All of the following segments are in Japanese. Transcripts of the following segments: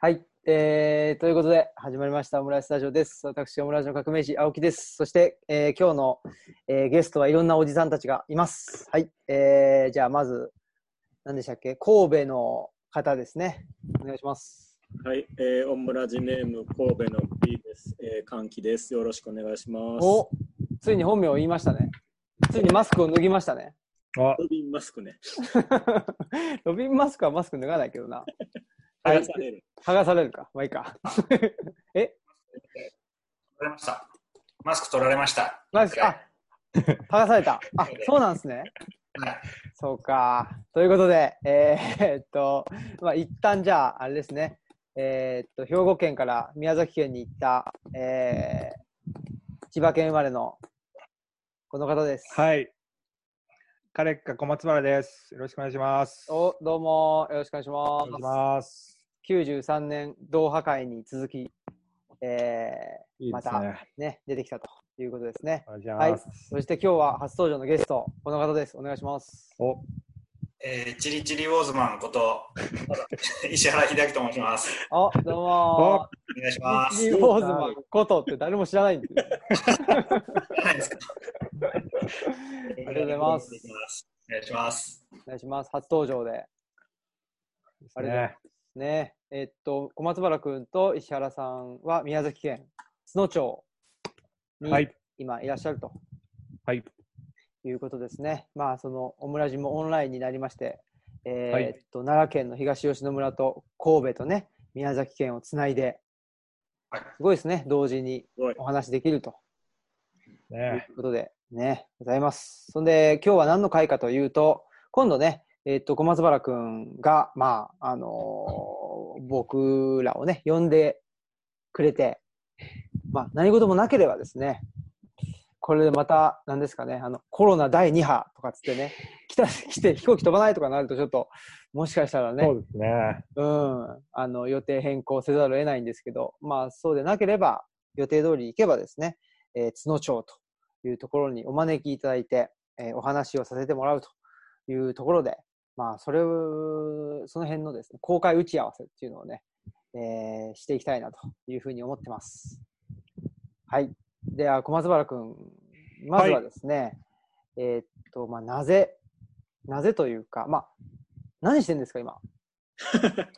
はい、ということで始まりましたオムライススタジオです。私オムライスの革命児青木です。そして、今日の、ゲストはいろんなおじさんたちがいます。はい、じゃあまず何でしたっけ、神戸の方ですね。お願いします。 はい、オムラジネーム神戸の B です。歓喜です。よろしくお願いします。 お、ついに本名を言いましたね。ついにマスクを脱ぎましたね。 ロビンマスクね。 ロビンマスクはマスク脱がないけどな。 剥がされる。 剥がされるか。まあいいか。え？ 取られました。マスク取られました。 マスク、剥がされた。あ、そうなんですね。 はい。 そうか。ということで、まあ、一旦じゃあ、あれですね。兵庫県から宮崎県に行った、千葉県生まれのこの方です。 はい。カレッカ小松原です。よろしくお願いします。 どうもよろしくお願いします。 お願いします。 93年ドーハ会に続き、 いいですね、 またね出てきたということですね。 はい。 そして今日は初登場のゲストこの方です。お願いします。 チリチリウォーズマンこと石原秀明と申します。 どうもお願いします。 チリチリウォーズマンことって誰も知らないんですよ。 知らないですか？ ありがとうございます。 お願いします。 お願いします。初登場で。あれですね。小松原君と石原さんは宮崎県津野町に今いらっしゃると、はい、いうことですね。まあそのオムラジもオンラインになりまして、奈良県の東吉野村と神戸とね宮崎県をつないで、すごいですね。同時にお話できると、いうことでねございます。そんで今日は何の会かというと、今度ね小松原くんが、まあ、僕らをね、呼んでくれて、まあ、何事もなければですね、これでまた、何ですかね、コロナ第2波とかつってね、来て飛行機飛ばないとかなると、ちょっと、もしかしたらね、 そうですね。 予定変更せざるを得ないんですけど、まあ、そうでなければ、予定通り行けばですね、津野町というところにお招きいただいて、お話をさせてもらうというところで、まあ、その辺のですね、公開打ち合わせっていうのをね、していきたいなというふうに思ってます。はい。では、小松原くん、まずはですね、まあ、なぜというか、まあ、何してんですか、今。 確か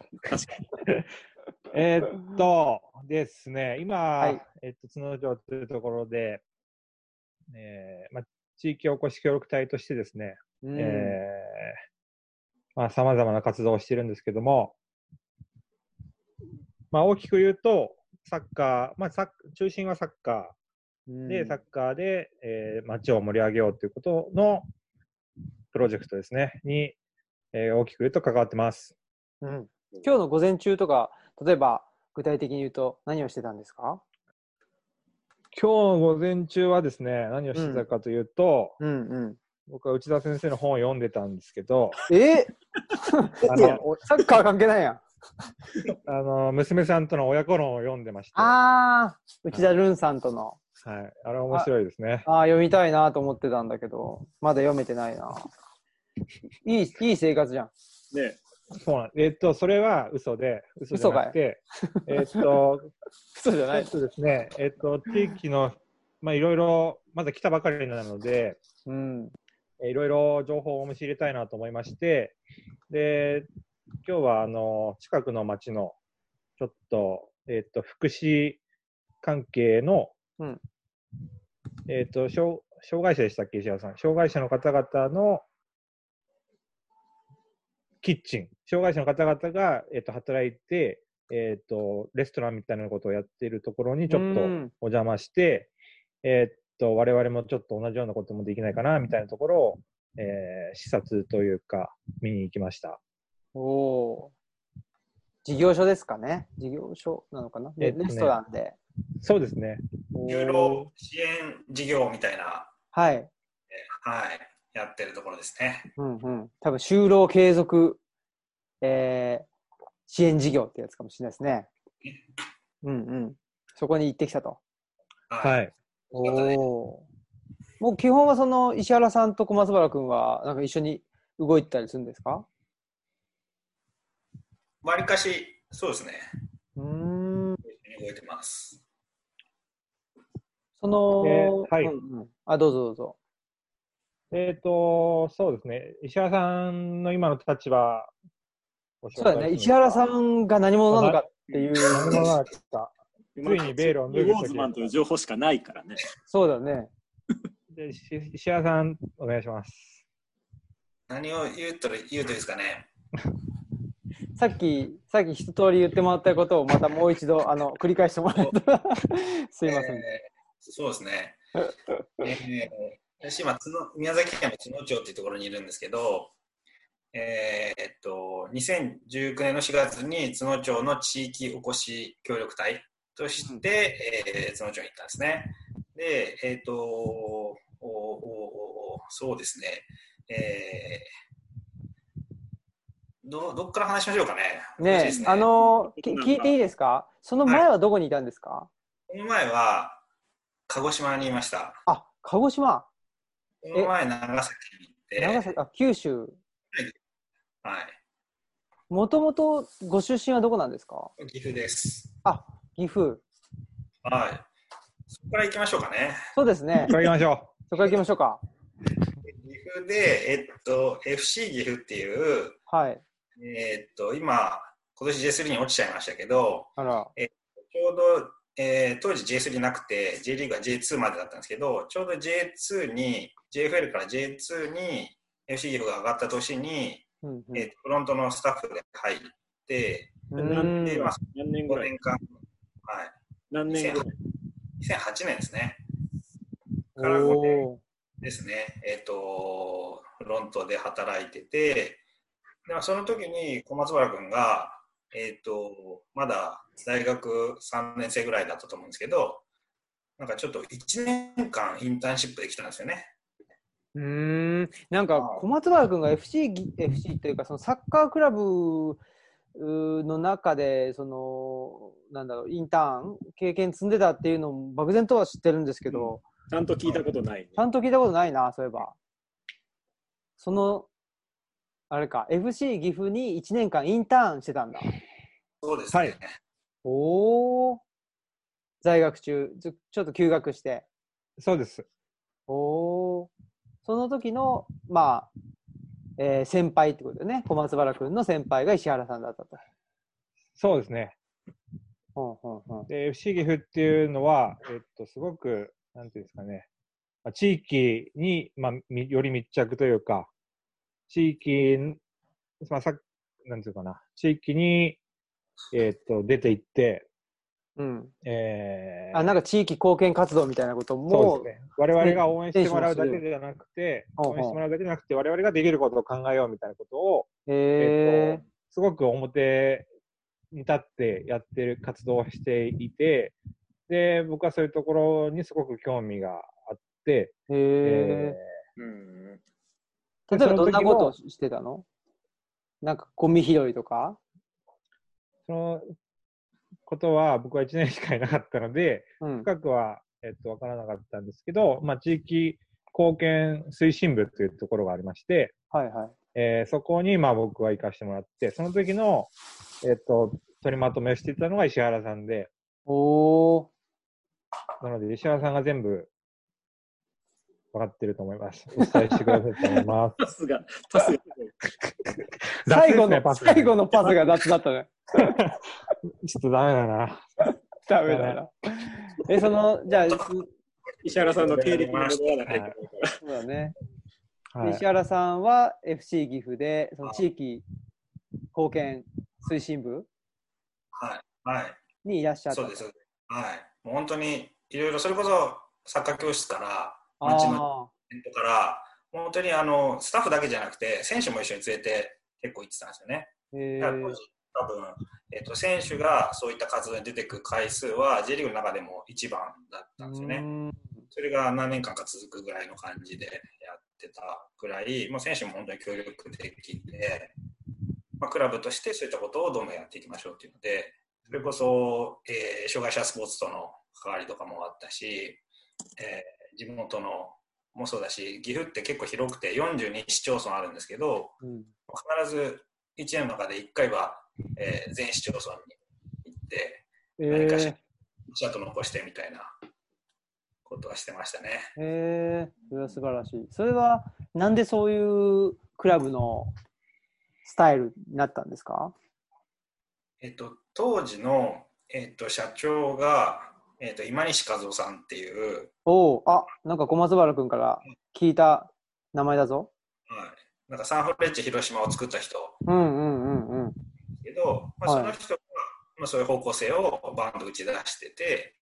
に。ですね、今、津野町というところで、まあ、地域おこし協力隊としてですね、まあ、様々な活動をしているんですけども、まあ、大きく言うと、サッカー、まあ、中心はサッカーで、サッカーで、街を盛り上げようということのプロジェクトですね、に、大きく言うと関わってます。 今日の午前中とか、例えば具体的に言うと何をしてたんですか？ 今日の午前中はですね、何をしてたかというと、僕は内田先生の本を読んでたんですけど、 サッカー関係ないやん。 娘さんとの親子論を読んでまして。 内田ルンさんとの。 はい。あれ面白いですね。 読みたいなと思ってたんだけど、まだ読めてないな。いい生活じゃん。 ね。 そうなんそれは嘘じゃなくて、 嘘じゃない。 そうですね。地域の、まあいろいろ、まだ来たばかりなので、いろいろ情報を仕入れたいなと思いまして、で、今日は近くの町のちょっと、福祉関係の、障害者でしたっけ、石原さん。障害者の方々のキッチン。障害者の方々が、働いて、レストランみたいなことをやっているところにちょっとお邪魔して、我々もちょっと同じようなこともできないかな、みたいなところを、視察というか、見に行きました。 事業所ですかね。事業所なのかな、レストランで。 そうですね。 就労支援事業みたいな、 はい。 やってるところですね。 多分、就労継続、支援事業ってやつかもしれないですね。そこに行ってきたと。 はい。 もう基本はその石原さんと小松原くんはなんか一緒に動いたりするんですか？ わりかし、そうですね。 覚えてます。 その、 はい。 どうぞどうぞ。 そうですね。石原さんの今の立場を紹介するのか。 そうだね。石原さんが何者なのかっていう。 何者なのか。ついにベールを脱ぐとき。 ウォーズマンという情報しかないからね。 そうだね。 で石原さん、お願いします。 何を言うといいですかね。 さっき一通り言ってもらったことをまたもう一度繰り返してもらえたらすいません。 そうですね。私今宮崎県の都農町っていうところにいるんですけど、2019年の4月に都農町の地域おこし協力隊として、都農町に行ったんですね。で、そうですね。どっから話しましょうかね。 ねえ、聞いていいですか？その前はどこにいたんですか？ その前は、鹿児島にいました。 あ、鹿児島。 その前、長崎に行って。 長崎、九州。 はい。 もともとご出身はどこなんですか？ 岐阜です。 あ、岐阜。 はい。そこから行きましょうかね。 そうですね。 そこから行きましょう。 そこから行きましょうか。 岐阜で、FC 岐阜っていう、 はい。 今年 J3 に落ちちゃいましたけど、 あら。 ちょうど、当時 J3 なくて J リーグは J2 までだったんですけど、ちょうど J2 に JFL から J2 に FC 岐阜が上がった年に、フロントのスタッフで入って、 何年ぐらい？ 5年間、はい。 何年ぐらい ？2008年ですね。から5年ですね。フロントで働いてて、でその時に小松原君が、まだ大学3年生ぐらいだったと思うんですけど、なんかちょっと1年間インターンシップできたんですよね。 なんか小松原君が FC というかそのサッカークラブの中でインターン経験積んでたっていうのを漠然とは知ってるんですけど、 ちゃんと聞いたことない、ね。 ちゃんと聞いたことないな、そういえば。あれか、FC 岐阜に1年間インターンしてたんだ。 そうですね。はい、 おー。在学中、ちょっと休学して。 そうです。 おー。その時の、先輩ってことでね、小松原君の先輩が石原さんだったと。 そうですね。で、FC 岐阜っていうのは、すごく、なんていうんですかね、地域に、より密着というか、地域、なんていうかな、地域に、出て行って、 なんか地域貢献活動みたいなことも、 そうですね。我々が応援してもらうだけではなくて、我々ができることを考えようみたいなことを、すごく表に立ってやってる活動をしていて、で、僕はそういうところにすごく興味があって、 例えばどんなことをしてたの？なんかゴミ拾いとか？ そのことは僕は1年しかいなかったので、深くは、わからなかったんですけど、地域貢献推進部というところがありまして、そこに僕は行かせてもらって、その時の、取りまとめをしていたのが石原さんで、なので石原さんが全部分かってると思います。お伝えしてくださいと思います。 パスが最後のパスが雑だったね。 ちょっとダメだな。 ダメだな。じゃあ、 石原さんの経歴に戻らなきゃいけないから。 そうだね。石原さんは FC 岐阜で、その地域貢献推進部にいらっしゃった。 そうです。はい。もう本当にいろいろ、それこそサッカー教室から、町のイベントから、本当にスタッフだけじゃなくて、選手も一緒に連れて結構行ってたんですよね。当時多分、選手がそういった活動に出てくる回数は J リーグの中でも一番だったんですよね。それが何年間か続くぐらいの感じでやってたぐらい、もう選手も本当に協力できて、クラブとしてそういったことをどんどんやっていきましょうっていうので、それこそ、障害者スポーツとの関わりとかもあったし、地元のもそうだし、岐阜って結構広くて42市町村あるんですけど、必ず1年の中で1回は、全市町村に行って何かしら足跡残してみたいなことはしてましたね。 へえ、それは素晴らしい。それはなんでそういうクラブのスタイルになったんですか？ 当時の、社長が、今西和夫さんっていう、 なんか小松原君から聞いた名前だぞ。 はい、なんかサンフレッチェ広島を作った人けど、その人が、そういう方向性をバンド打ち出してて、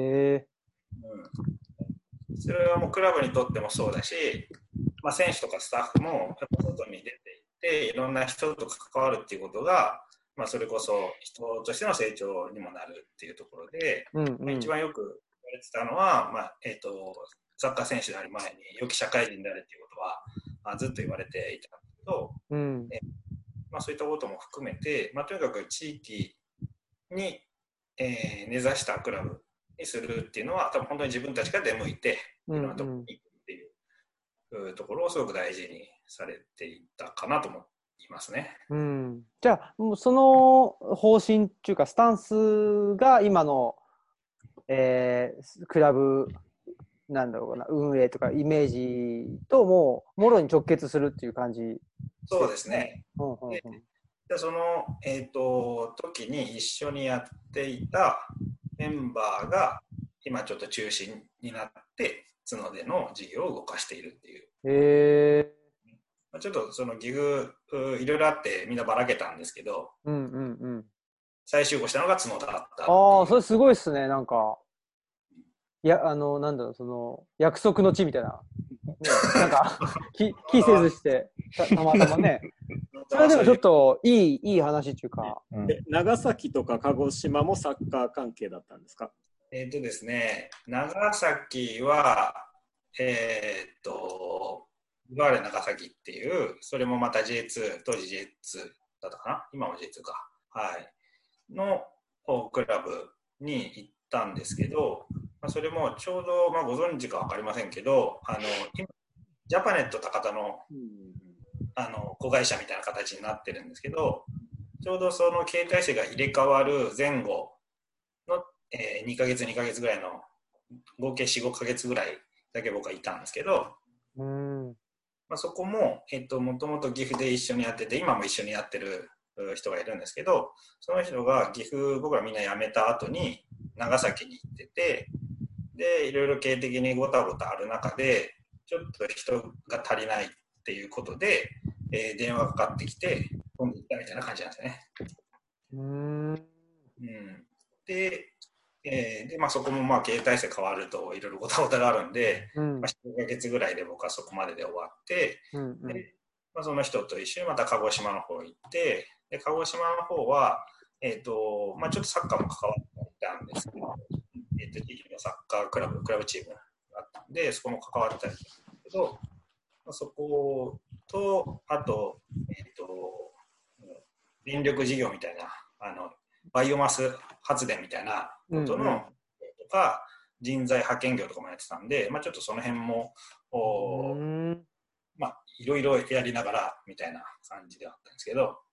それはもうクラブにとってもそうだし、選手とかスタッフもやっぱ外に出ていっていろんな人と関わるっていうことが、それこそ人としての成長にもなるっていうところで、一番よく言われてたのは、サッカー選手である前に良き社会人であるっていうことはずっと言われていたんだけど、そういったことも含めて、とにかく地域に、根ざしたクラブにするっていうのは多分本当に自分たちが出向いていろんなところに行くっていうところをすごく大事にされていたかなと思いますね。 じゃあもうその方針っていうかスタンスが今の、クラブなんだろうな、運営とかイメージともろに直結するっていう感じ、 そうですね。でその、時に一緒にやっていたメンバーが今ちょっと中心になって角での事業を動かしているっていう。ちょっとその岐阜いろいろあってみんなばらけたんですけど、再集合したのが角田だった。 それすごいっすね。なんかなんだろう、その約束の地みたいな、なんか気せずしてたまたまね。それはでもちょっといい話っていうか。 長崎とか鹿児島もサッカー関係だったんですか？ ですね、長崎はバーレ長崎っていう、それもまた J2、当時 J2 だったかな、今も J2 か、のクラブに行ったんですけど、それもちょうど、ご存知か分かりませんけど、今ジャパネット高田の子会社みたいな形になってるんですけど、ちょうどその経営体制が入れ替わる前後の、2ヶ月ぐらいの合計 4,5 ヶ月ぐらいだけ僕はいたんですけど、そこももともと岐阜で一緒にやってて、今も一緒にやってる人がいるんですけど、その人が岐阜僕らみんな辞めた後に長崎に行ってて、でいろいろ経営的にごたごたある中でちょっと人が足りないっていうことで、電話がかかってきて今度行ったみたいな感じなんですよね。で、そこも経営体制変わるといろいろごたごたがあるんで、4ヶ月ぐらいで僕はそこまでで終わって、でその人と一緒にまた鹿児島の方行って、で鹿児島の方は、ちょっとサッカーも関わっていたんですけど、地域のサッカークラブチームがあったんで、そこも関わったりしたんですけど、そことあと、電力事業みたいなバイオマス発電みたいなことの、とか人材派遣業とかもやってたんで、ちょっとその辺もいろいろやりながらみたいな感じであったんですけど、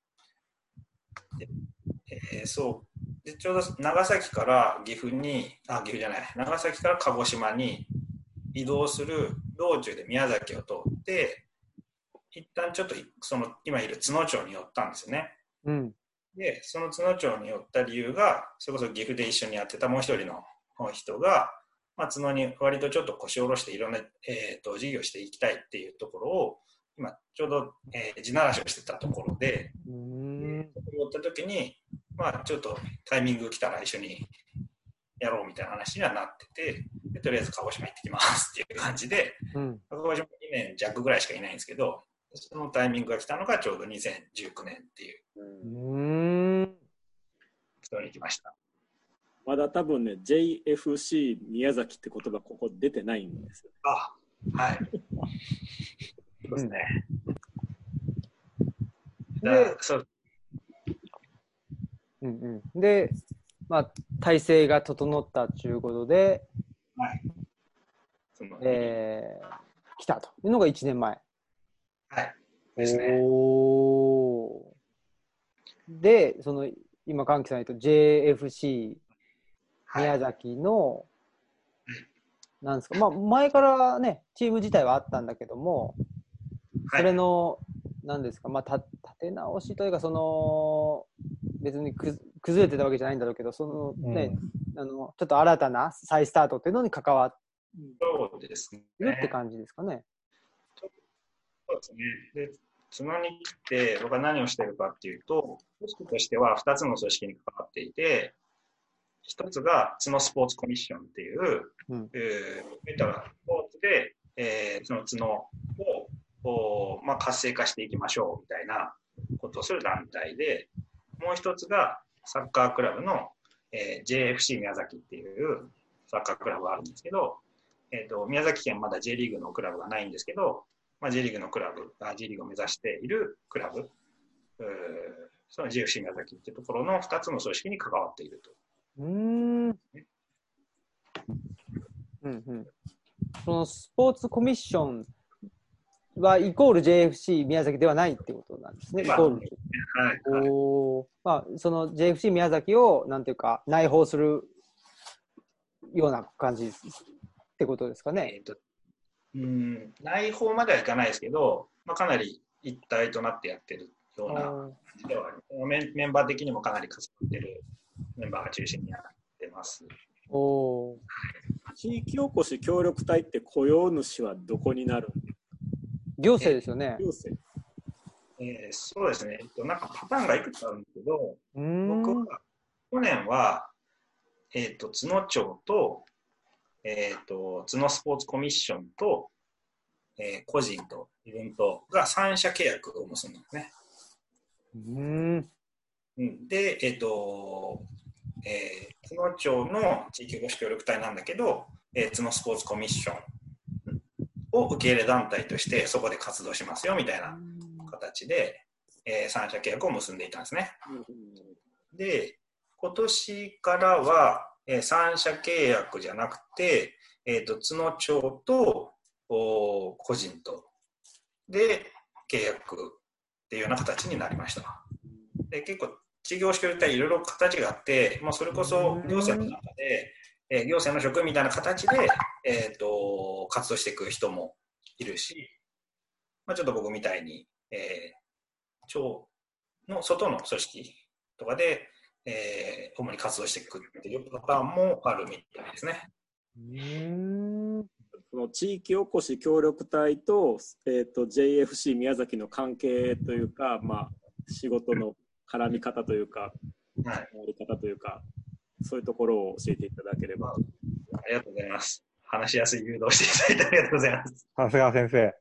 そうでちょうど長崎から長崎から鹿児島に移動する道中で宮崎を通って、一旦ちょっとその今いる津野町に寄ったんですよね。でその津野町に寄った理由が、それこそ岐阜で一緒にやってたもう一人の人が、津野に割とちょっと腰を下ろしていろんな、事業していきたいっていうところを今ちょうど、地ならしをしてたところで、寄った時にちょっとタイミング来たら一緒にやろうみたいな話にはなってて、でとりあえず鹿児島行ってきますっていう感じで、鹿児島2年弱ぐらいしかいないんですけど、そのタイミングが来たのがちょうど2019年っていう人に行きました。 まだ多分ね JFC 宮崎って言葉ここ出てないんですよ。 はい。そうですね。 で、体制が整ったということで、来たというのが1年前。 ですね。 で、その今、歓喜さん言った JFC 宮崎の、なんですか、まあ、前からね、チーム自体はあったんだけども、それの、なんですか、まあ、立て直しというか、別に崩れてたわけじゃないんだろうけど、ちょっと新たな再スタートっていうのに関わってるって感じですかね。 そうですね。で、角に来て、僕は何をしているかっていうと、組織としては2つの組織に関わっていて、一つが角スポーツコミッションっていう、メタがスポーツで、その角を、活性化していきましょうみたいなことをする団体で、もう一つがサッカークラブの、JFC 宮崎っていうサッカークラブがあるんですけど、宮崎県まだ J リーグのクラブがないんですけど、J リーグのクラブが J リーグを目指しているクラブ、その JFC 宮崎っていうところの2つの組織に関わっていると。 そのスポーツコミッションはイコール JFC 宮崎ではないってことなんですね。その JFC 宮崎をなんていうか内包するような感じってことですかね。 内包まではいかないですけど、かなり一体となってやってるような感じではある。メンバー的にもかなり重なってるメンバーが中心にやってます。 地域おこし協力隊って雇用主はどこになるんですか？ 行政ですよね。 行政。 そうですね。なんかパターンがいくつあるんですけど、僕は去年は、津野町と、津野スポーツコミッションと、個人とイベントが3社契約を結んだんですね。で、津野町の地域おこし協力隊なんだけど、津野スポーツコミッションを受け入れ団体としてそこで活動しますよみたいな形で、3社契約を結んでいたんですね。で、今年からは、3社契約じゃなくて、津野町と個人とで契約っていうような形になりました。で、結構地域おこし協力隊いろいろ形があって、それこそ行政の中で、行政の職員みたいな形で、活動していく人もいるし、ちょっと僕みたいに、町の外の組織とかで、主に活動していくっていうパターンもあるみたいですね。 その地域おこし協力隊と、JFC 宮崎の関係というか、仕事の絡み方というか、やり方というか、そういうところを教えていただければ。 ありがとうございます。話しやすい誘導していただいてありがとうございます。 さすが先生。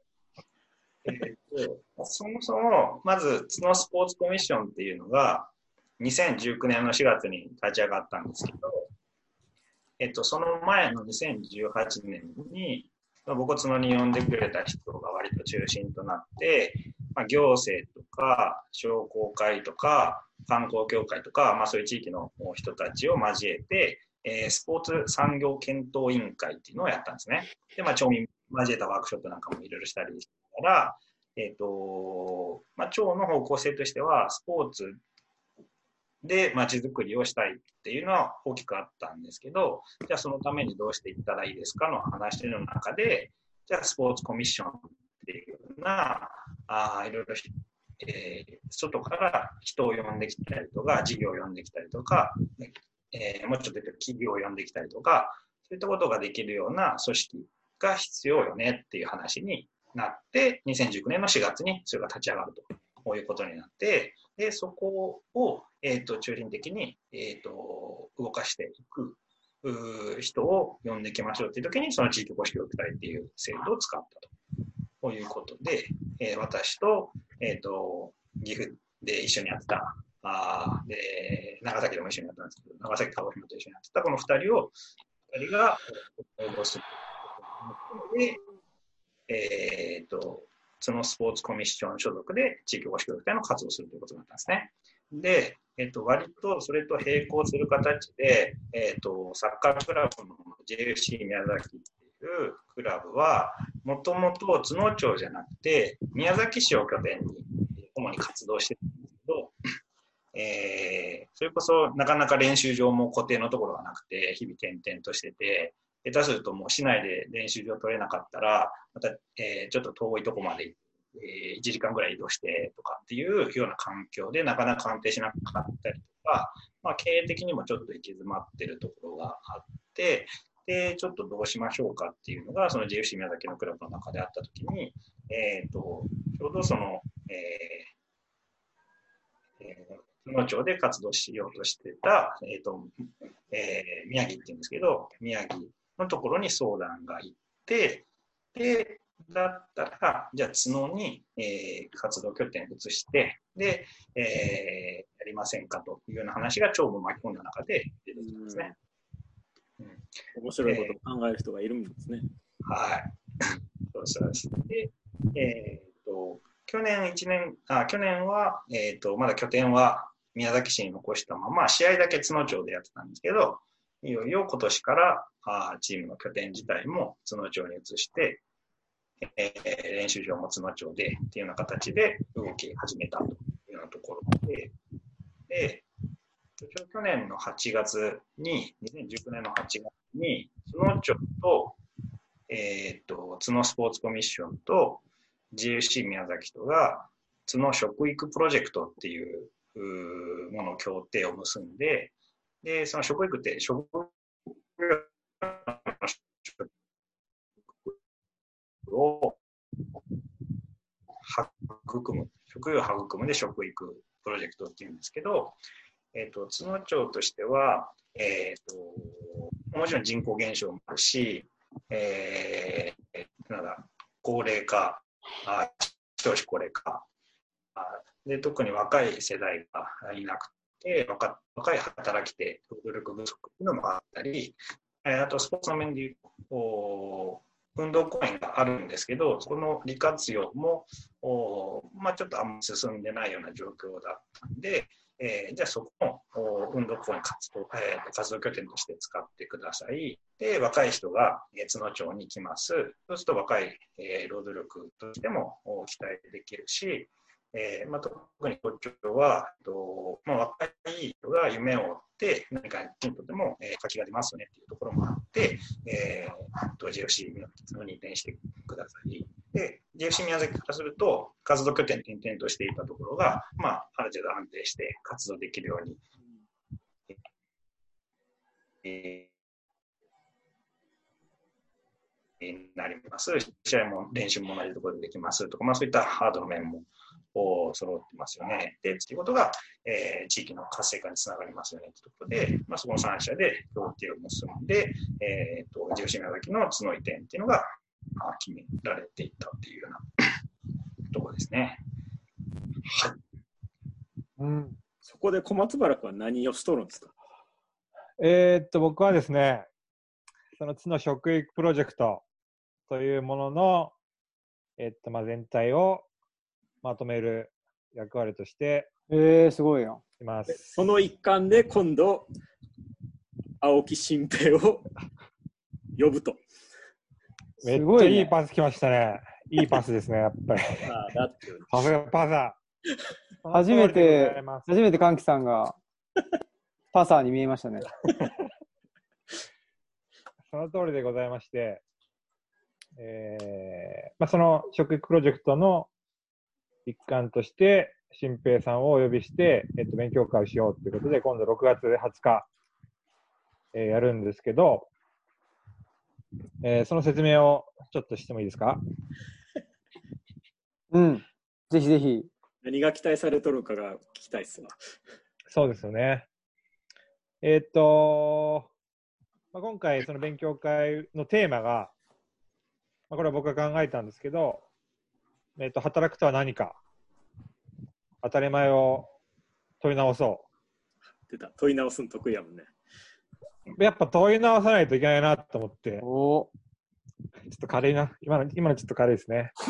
そもそも、まず、津野スポーツコミッションっていうのが、2019年の4月に立ち上がったんですけど、その前の2018年に、僕を津野に呼んでくれた人が割と中心となって、行政とか商工会とか観光協会とか、そういう地域の人たちを交えて、スポーツ産業検討委員会っていうのをやったんですね。で、町民交えたワークショップなんかもいろいろしたりしながら、町の方向性としては、スポーツで街づくりをしたいっていうのは大きくあったんですけど、じゃあそのためにどうしていったらいいですかの話の中で、じゃあスポーツコミッションっていうような、いろいろ、外から人を呼んできたりとか、事業を呼んできたりとか、もうちょっと言うと企業を呼んできたりとか、そういったことができるような組織が必要よねっていう話になって、2019年の4月にそれが立ち上がると。こういうことになって、でそこを、中心的に、動かしていく人を呼んでいきましょうというときに、その地域おこし協力隊っていう制度を使ったということで、私と、岐阜で一緒にやってた、で長崎でも一緒にやったんですけど、長崎、鹿児島と一緒にやってたこの2人が応募するということで、そのスポーツコミッション所属で地域おこし協力隊の活動をするということだったんですね。で、割とそれと並行する形で、サッカークラブの JFC 宮崎っていうクラブは、もともと津野町じゃなくて、宮崎市を拠点に主に活動してるんですそれこそなかなか練習場も固定のところがなくて、日々転々としてて、下手するともう市内で練習場取れなかったら、また、ちょっと遠いところまで、1時間ぐらい移動してとかっていうような環境でなかなか安定しなかったりとか、まあ、経営的にもちょっと行き詰まってるところがあって、で、ちょっとどうしましょうかっていうのが、その JFC 宮崎のクラブの中であったときに、ちょうどその、津野町で活動しようとしてた、宮城っていうんですけど、宮城のところに相談が行って、で、だったら、じゃあ津野に、活動拠点を移して、で、やりませんかというような話が町部巻き込んだ中で出てきたんですね。 面白いことを考える人がいるんですね。 はい。そうです。で、去年は、まだ拠点は宮崎市に残したまま、試合だけ津野町でやってたんですけど、いよいよ今年からチームの拠点自体も津野町に移して、練習場も津野町でっていうような形で動き始めたというようなところで、去年の8月に、2019年の8月に、津野町と、津野スポーツコミッションと JFC 宮崎とが津野食育プロジェクトっていうもの協定を結んで、で、その食育って食を育む、食料を育むで食育プロジェクトっていうんですけど、津野町としては、もちろん人口減少もあるし、高齢化、少子高齢化で、特に若い世代がいなくて、若い働き手、労働力不足というのもあったり、あとスポーツの面でいうと、運動公園があるんですけど、その利活用も、ちょっとあんまり進んでないような状況だったんで、じゃあそこも運動公園活動拠点として使ってください。で、若い人が津野町に来ます。そうすると若い、労働力としても期待できるし、特にこっちは、若い人が夢を追って何かにとっても、活気が出ますよねっていうところもあって、JFC 宮崎に移転してください。で、JFC 宮崎からすると、活動拠点転々としていたところが、ある程度安定して活動できるように、なります。試合も練習も同じところでできますとか、そういったハードの面も揃ってますよね。で、ということが、地域の活性化につながりますよねというところで、そこの3社で協定を結んで、JFC 宮崎の津野移転っていうのが決められていったっていうようなところですね。はい。 そこで小松原君は何をしとるんですか？ 僕はですね、その津野食育プロジェクトというものの、全体をまとめる役割として、 すごいよ。 います。 その一環で今度、青木新平を呼ぶと。 めっちゃいいパス来ましたね。いいパスですね、やっぱり。さすがパサー。初めて歓喜さんがパサーに見えましたね。 その通りでございまして、その食育プロジェクトの一環として、新平さんをお呼びして、勉強会をしようということで、今度6月20日、やるんですけど、その説明をちょっとしてもいいですか？ ぜひぜひ。 何が期待されとるかが聞きたいですわ。 そうですよね。今回、その勉強会のテーマが、これは僕が考えたんですけど、働くとは何か、当たり前を問い直そう。 出た、問い直すの得意やもんね。 やっぱ問い直さないといけないなと思って、ちょっと軽いな。今のちょっと軽いですね。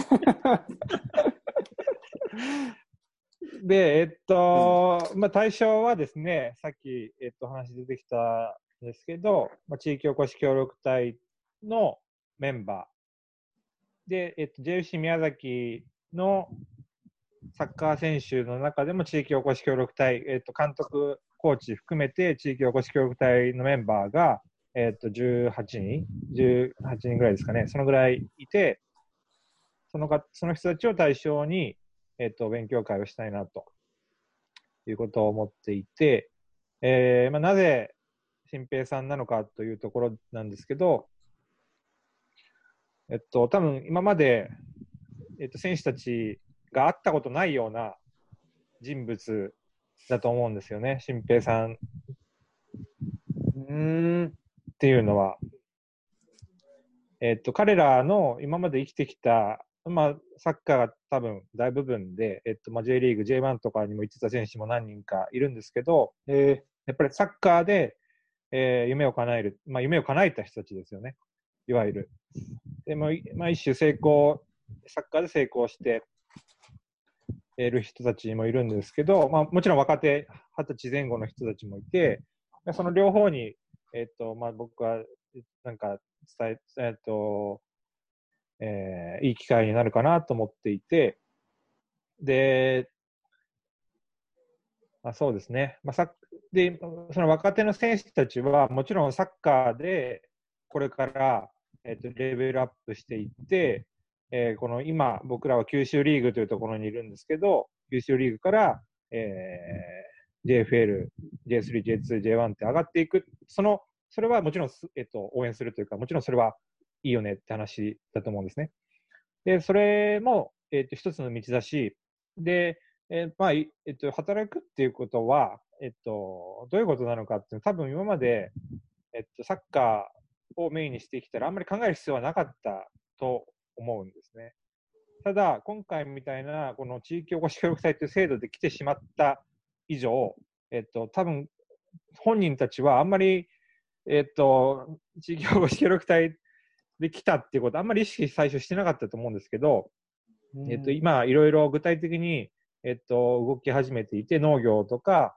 で、対象はですね、さっき、話出てきたんですけど、地域おこし協力隊のメンバーで、JFC 宮崎のサッカー選手の中でも地域おこし協力隊、監督、コーチ含めて地域おこし協力隊のメンバーが、18人ぐらいですかね、そのぐらいいて、その人たちを対象に、勉強会をしたいなということを思っていて、なぜ新平さんなのかというところなんですけど、多分今まで、選手たちが会ったことないような人物だと思うんですよね、新平さんっていうのは。彼らの今まで生きてきた、サッカーが多分大部分で、J リーグ、J1 とかにも行ってた選手も何人かいるんですけど、やっぱりサッカーで、夢を叶える、夢を叶えた人たちですよね、いわゆる。で一種サッカーで成功している人たちもいるんですけど、もちろん若手、20歳前後の人たちもいて、その両方に、僕はなんかいい機会になるかなと思っていて、で、そうですね。で、その若手の選手たちは、もちろんサッカーでこれから、レベルアップしていって、この今、僕らは九州リーグというところにいるんですけど、九州リーグから、JFL、J3、J2、J1 って上がっていく、それはもちろん、応援するというか、もちろんそれはいいよねって話だと思うんですね。で、それも、一つの道だし、で、働くっていうことは、どういうことなのかっていうのは、多分今まで、サッカーをメインにしてきたら、あんまり考える必要はなかったと思うんですね。ただ、今回みたいな、この地域おこし協力隊という制度で来てしまった以上、多分本人たちはあんまり、地域おこし協力隊で来たっていうこと、あんまり意識最初してなかったと思うんですけど、今、いろいろ具体的に、動き始めていて、農業とか、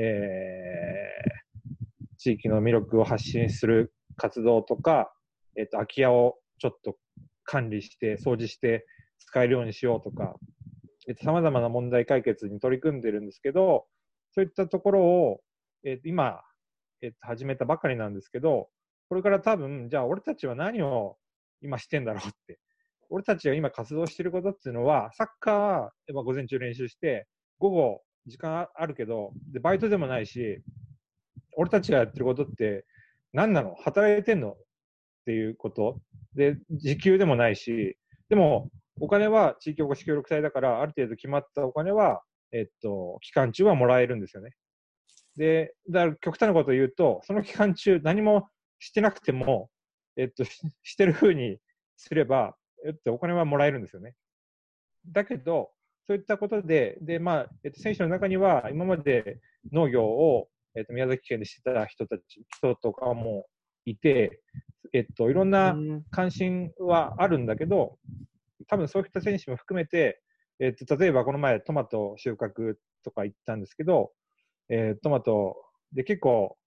地域の魅力を発信する活動とか、空き家をちょっと管理して、掃除して使えるようにしようとか、様々な問題解決に取り組んでるんですけど、そういったところを、今、始めたばかりなんですけど、これから多分、じゃあ俺たちは何を今してんだろうって。俺たちが今活動してることっていうのは、サッカー、午前中練習して、午後時間あるけど、でバイトでもないし、俺たちがやってることって何なの？働いてんの？っていうことで、時給でもないし、でもお金は地域おこし協力隊だから、ある程度決まったお金は、期間中はもらえるんですよね。で、だから極端なことを言うと、その期間中何もしてなくても、してる風にすれば、お金はもらえるんですよね。だけど、そういったことで、選手の中には今まで農業を、宮崎県でしてた人とかもいて、いろんな関心はあるんだけど、多分そういった選手も含めて、例えばこの前トマト収穫とか行ったんですけど、トマトで結構、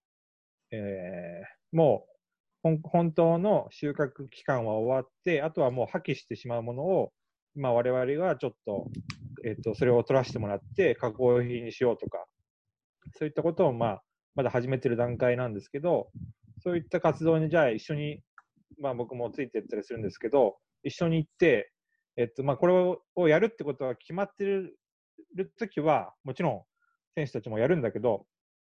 もう本当の収穫期間は終わって、あとはもう破棄してしまうものを、今我々がちょっと、それを取らせてもらって加工品にしようとか、そういったことを、まだ始めてる段階なんですけど、そういった活動にじゃあ一緒に、僕もついていったりするんですけど、一緒に行って、これをやるってことが決まってるときは、もちろん選手たちもやるんだけど、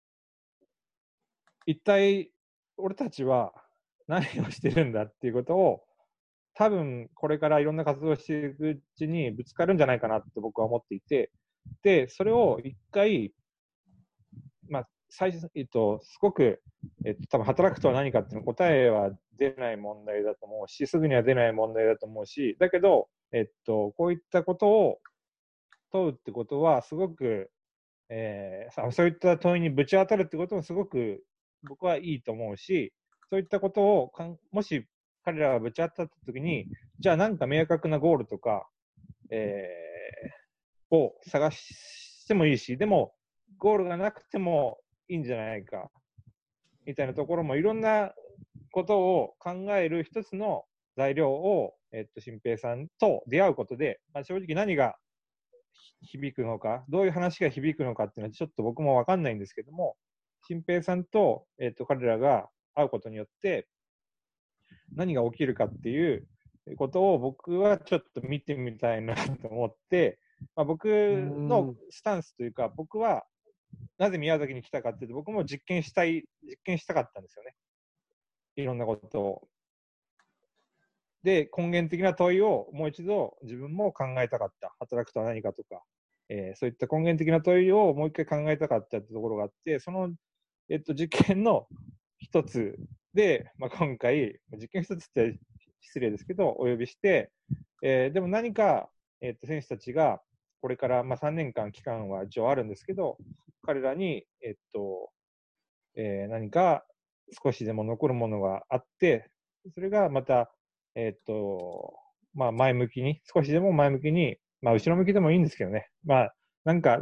一体俺たちは何をしてるんだっていうことを、多分これからいろんな活動をしていくうちにぶつかるんじゃないかなって僕は思っていて、で、それを一回、すごく、多分働くとは何かっていうの答えは出ない問題だと思うし、すぐには出ない問題だと思うし、だけど、こういったことを問うってことは、すごく、そういった問いにぶち当たるってこともすごく僕はいいと思うし、そういったことをもし彼らがぶち当たったときに、じゃあなんか明確なゴールとか、を探してもいいし、でもゴールがなくてもいいんじゃないかみたいなところもいろんなことを考える一つの材料を、新平さんと出会うことで、正直何が響くのか、どういう話が響くのかっていうのはちょっと僕も分かんないんですけども、新平さんと、彼らが会うことによって何が起きるかっていうことを僕はちょっと見てみたいなと思って、僕のスタンスというか、僕はなぜ宮崎に来たかっていうと、僕も実験したかったんですよね。いろんなことを。で、根源的な問いをもう一度自分も考えたかった。働くとは何かとか、そういった根源的な問いをもう一回考えたかったってところがあって、その、実験の一つで、今回、実験一つって失礼ですけど、お呼びして、でも何か、選手たちが、これから、3年間期間は一応あるんですけど、彼らに、何か少しでも残るものがあって、それがまた、前向きに、少しでも前向きに、後ろ向きでもいいんですけどね、何か、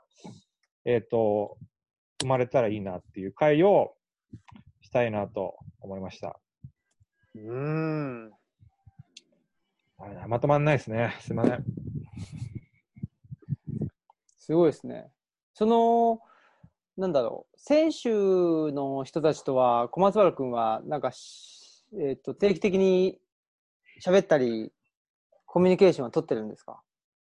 生まれたらいいなっていう会をしたいなと思いました。まとまんないですね。すいません。 すごいですね。選手の人たちとは、小松原君は、定期的に喋ったり、コミュニケーションは取ってるんですか？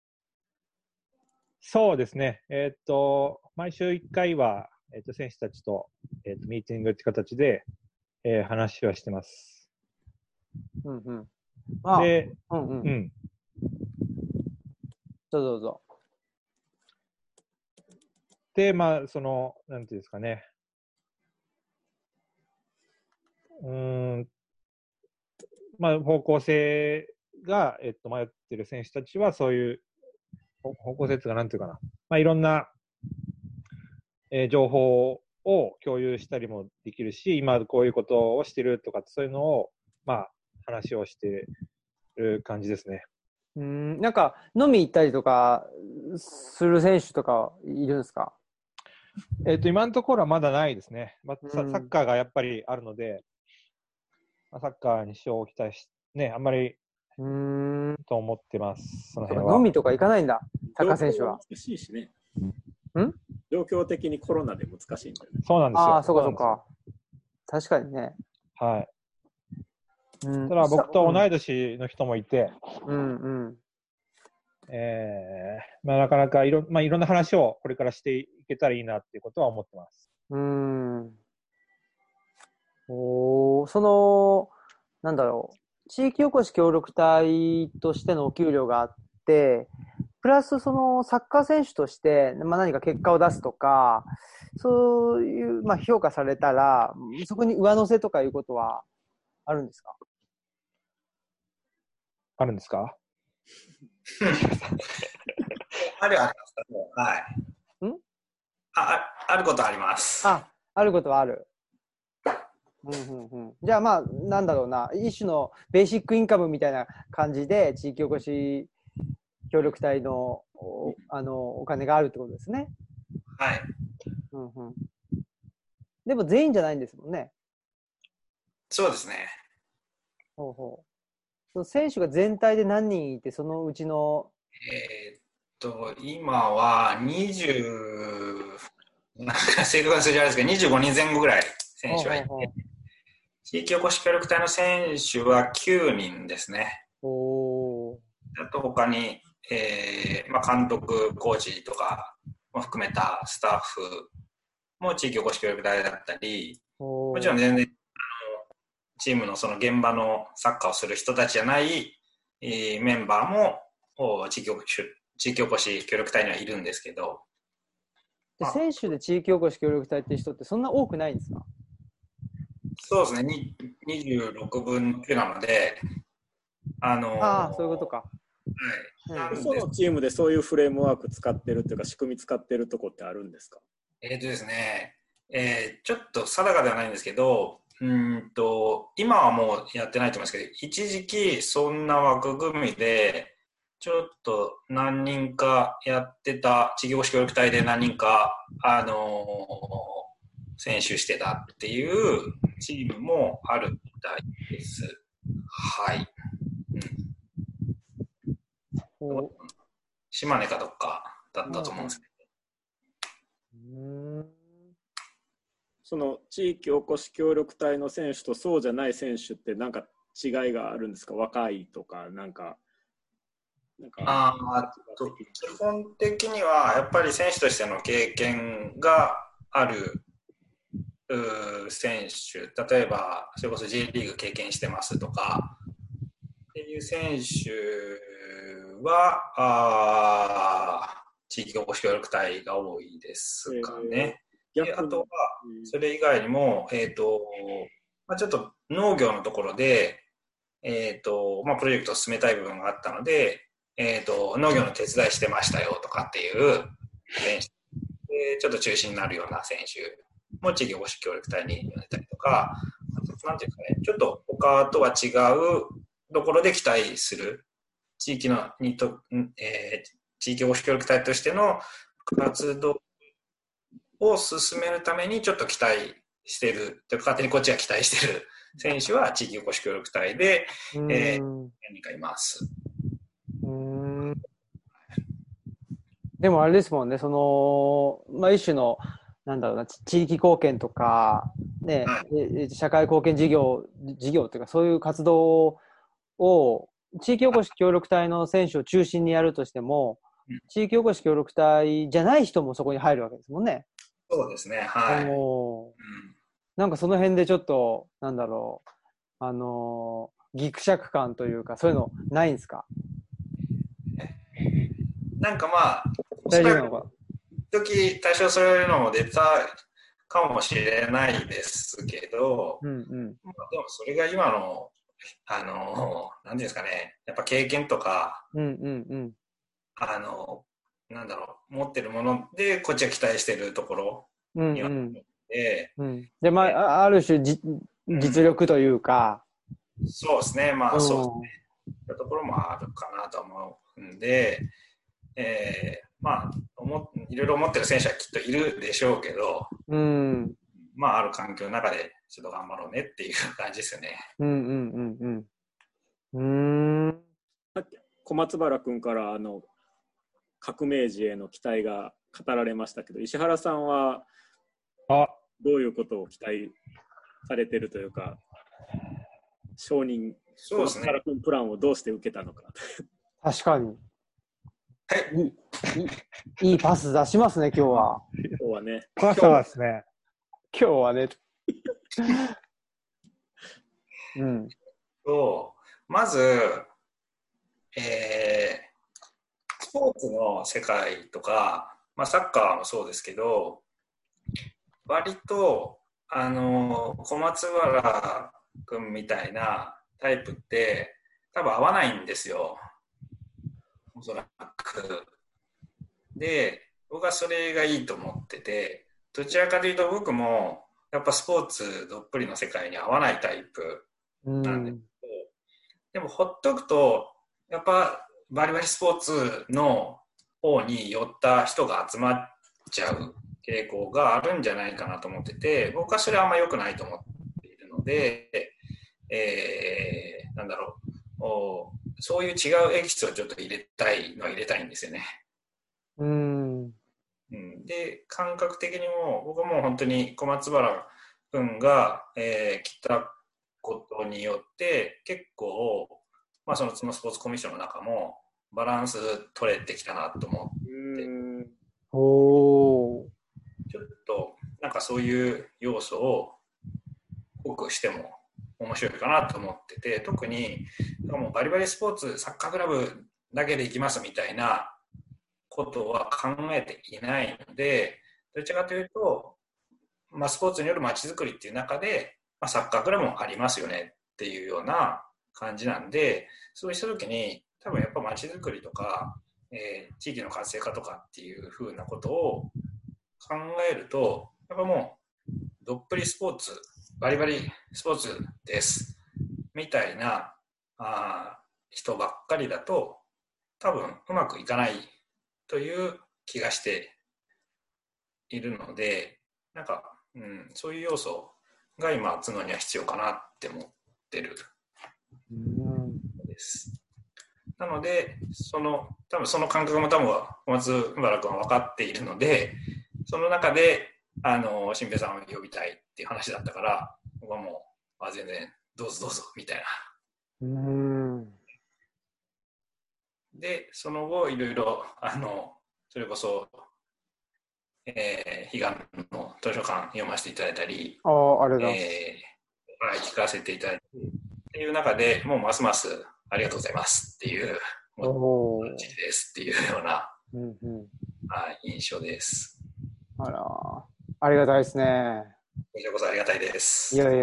そうですね。毎週1回は、選手たちと、ミーティングって形で、話はしてます。 うんうん。 で、 どうぞ。 で、なんていうんですかね。方向性が、迷ってる選手たちは、そういう方向性というか、なんていうかな。いろんな、情報を共有したりもできるし、今こういうことをしてるとか、そういうのを、話をしてる感じですね。 飲み行ったりとかする選手とかいるんですか？ 今のところはまだないですね。サッカーがやっぱりあるので、サッカーに支障を置きたいし、ね、あんまりと思ってます。その辺は。 飲みとか行かないんだ、サッカー選手は。 難しいしね。状況的にコロナで難しいんだよね。 そうなんですよ。 そうか。確かにね。 はい。ただ僕と同い年の人もいて、なかなかいろんな話をこれからしていけたらいいなっていうことは思ってます。 地域おこし協力隊としてのお給料があって、プラスサッカー選手として、何か結果を出すとか、そういう、評価されたら、そこに上乗せとかいうことはあるんですか？ あるんですか？ あることはあります。 あることはある。じゃあ一種のベーシックインカムみたいな感じで地域おこし協力隊のお金があるってことですね。 はい。 でも全員じゃないんですもんね。 そうですね。 選手が全体で何人いて、そのうちの今は正確な数字あれですけど、25人前後ぐらい選手はいて、地域おこし協力隊の選手は9人ですね。あと他に、監督、コーチとかも含めたスタッフも地域おこし協力隊だったり、もちろん全然チームのその現場のサッカーをする人たちじゃないメンバーも地域おこし協力隊にはいるんですけど。 選手で地域おこし協力隊って人ってそんな多くないんですか？ そうですね、26分9なので、 そういうことか。 そのチームでそういうフレームワーク使ってるというか、仕組み使ってるとこってあるんですか？ ですね、ちょっと定かではないんですけど、今はもうやってないと思いますけど、一時期そんな枠組みでちょっと何人かやってた、地域おこし協力隊で何人か選手してたっていうチームもあるみたいです。はい。島根かどっかだったと思うんですけど。その地域おこし協力隊の選手とそうじゃない選手ってなんか違いがあるんですか？若いとか基本的にはやっぱり選手としての経験がある選手、例えばそれこそ J リーグ経験してますとかっていう選手は地域おこし協力隊が多いですかね。あとはそれ以外にも、ちょっと農業のところで、プロジェクトを進めたい部分があったので、農業の手伝いしてましたよとかっていう選手でちょっと中心になるような選手も地域おこし協力隊に呼んでたりとか、なんていうかね、ちょっと他とは違うところで期待する地域地域おこし協力隊としての活動を進めるためにちょっと期待している、勝手にこっちが期待している選手は地域おこし協力隊で、何人かいます。 でもあれですもんね、一種の地域貢献とか、ね、社会貢献事業というかそういう活動を地域おこし協力隊の選手を中心にやるとしても、地域おこし協力隊じゃない人もそこに入るわけですもんね。 そうですね、はい。 なんかその辺でちょっとぎくしゃく感というかそういうのないんですか？ なんかまあ大丈夫なのか時多少そういうのも出たかもしれないですけど、でもそれが今のなんていうんですかね、やっぱ経験とか、持ってるものでこっちが期待してるところにはで、ある種実力というか、 そうですね、まあそうですね、そういうところもあるかなと思うんで、いろいろ思ってる選手はきっといるでしょうけど、ある環境の中でちょっと頑張ろうねっていう感じですよね。 さっき小松原君から革命児への期待が語られましたけど、石原さんはどういうことを期待されてるというか、承認、小松原君プランをどうして受けたのか。 確かに。いいパス出しますね、今日は。 今日はね。 パスですね。 今日はね。 まず、スポーツの世界とか、サッカーもそうですけど、割と小松原君みたいなタイプって多分合わないんですよ、おそらく。で、僕はそれがいいと思ってて、どちらかというと僕もやっぱスポーツどっぷりの世界に合わないタイプなんですけど、でもほっとくとやっぱバリバリスポーツの方に寄った人が集まっちゃう傾向があるんじゃないかなと思ってて、僕はそれはあんま良くないと思っているので、そういう違うエキスをちょっと入れたいんですよね。で、感覚的にも僕はもう本当に小松原君が、来たことによって結構、そのスポーツコミッションの中もバランス取れてきたなと思って、ちょっとなんかそういう要素を濃くしても面白いかなと思ってて、特にもうバリバリスポーツサッカークラブだけで行きますみたいなことは考えていないので、どちらかというと、スポーツによる街づくりっていう中で、サッカークラブもありますよねっていうような感じなんで、そうした時に多分やっぱ街づくりとか、地域の活性化とかっていうふうなことを考えると、やっぱもうどっぷりスポーツ、バリバリスポーツですみたいな人ばっかりだと多分うまくいかないという気がしているので、なんか、そういう要素が今角には必要かなって思ってるです。 なので、多分その感覚も多分小松原君は分かっているので、その中で、新平さんを呼びたいっていう話だったから、僕はもう、全然、どうぞどうぞ、みたいな。で、その後、いろいろ、それこそ、彼岸の図書館読ませていただいたり、聞かせていただいたりっていう中でもうますますありがとうございますっていう感じですっていうような、印象です。 あら、ありがたいですね。 こちらこそありがたいです。 いや。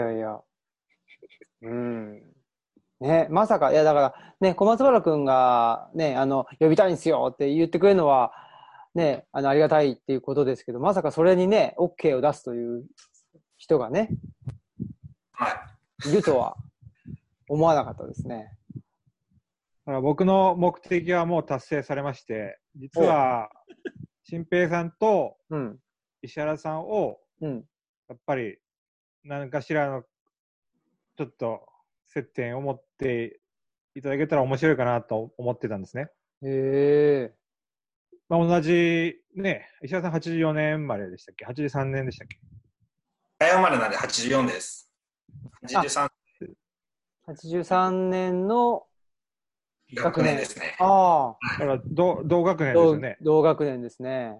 ね、まさか、いやだからね、小松原くんがね、呼びたいんですよって言ってくれるのは、ね、ありがたいっていうことですけど、まさかそれにね、OK を出すという人がね、いるとは思わなかったですね。 僕の目的はもう達成されまして、実は、新平さんと石原さんを、やっぱり何かしらのちょっと接点を持っていただけたら面白いかなと思ってたんですね。同じね、石原さん84年生まれでしたっけ ?83 年でしたっけ？ 早生まれなんで84です。 83年の学年ですね。 だから同学年ですよね。 同学年ですね。